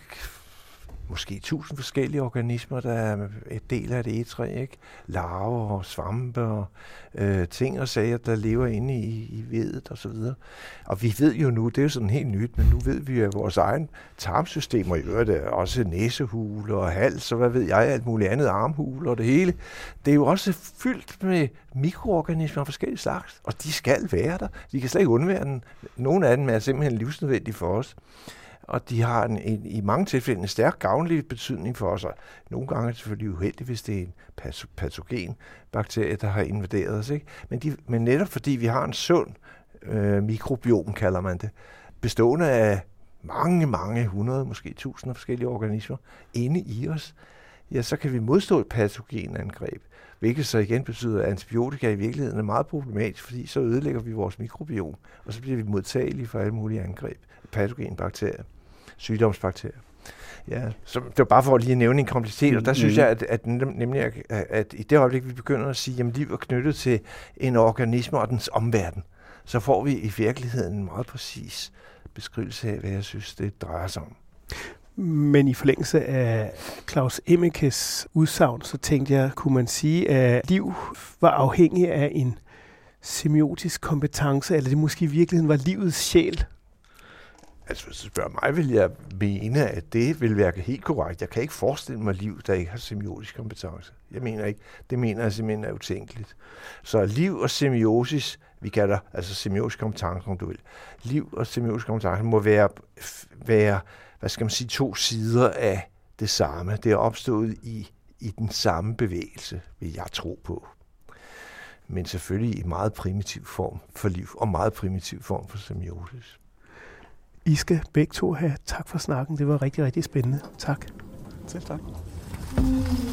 måske tusind forskellige organismer, der er et del af et egetræ, ikke? Larver og svampe og øh, ting og sager, der lever inde i, i vedet og så videre. Og vi ved jo nu, det er jo sådan helt nyt, men nu ved vi jo, at vores egen tarmsystemer i øvrigt er også næsehule og hals, og hvad ved jeg, alt muligt andet, armhule og det hele. Det er jo også fyldt med mikroorganismer af forskellige slags, og de skal være der. Vi kan slet ikke undvære den. Nogle af dem er simpelthen livsnødvendige for os. Og de har en, en, i mange tilfælde en stærk gavnlig betydning for os. Og nogle gange er det selvfølgelig uheldigt, hvis det er en patogen bakterie, der har invaderet os. Ikke? Men, de, men netop fordi vi har en sund øh, mikrobiom, kalder man det, bestående af mange, mange hundrede, måske tusinder forskellige organismer inde i os, ja, så kan vi modstå et patogenangreb. Hvilket så igen betyder, at antibiotika i virkeligheden er meget problematisk, fordi så ødelægger vi vores mikrobiom, og så bliver vi modtagelige for alle mulige angreb. Patogenbakterier, sygdomsbakterier. Ja, så det var bare for at lige at nævne en kompleksitet, og der synes jeg, at, at nemlig at, at i det øjeblik, vi begynder at sige, at liv er knyttet til en organisme og dens omverden, så får vi i virkeligheden en meget præcis beskrivelse af, hvad jeg synes, det drejer sig om. Men i forlængelse af Klaus Emmekes udsagn, så tænkte jeg, kunne man sige, at liv var afhængig af en semiotisk kompetence, eller det måske i virkeligheden var livets sjæl? Altså, hvis du spørger mig, vil jeg mene, at det vil være helt korrekt. Jeg kan ikke forestille mig liv, der ikke har semiotisk kompetence. Jeg mener ikke. Det mener jeg simpelthen er utænkeligt. Så liv og semiosis, vi kalder altså semiotisk kompetence, om du vil. Liv og semiotisk kompetence må være, være, hvad skal man sige, to sider af det samme. Det er opstået i, i den samme bevægelse, vil jeg tro på. Men selvfølgelig i meget primitiv form for liv, og meget primitiv form for semiosis. I skal begge to have tak for snakken. Det var rigtig, rigtig spændende. Tak. Selv tak.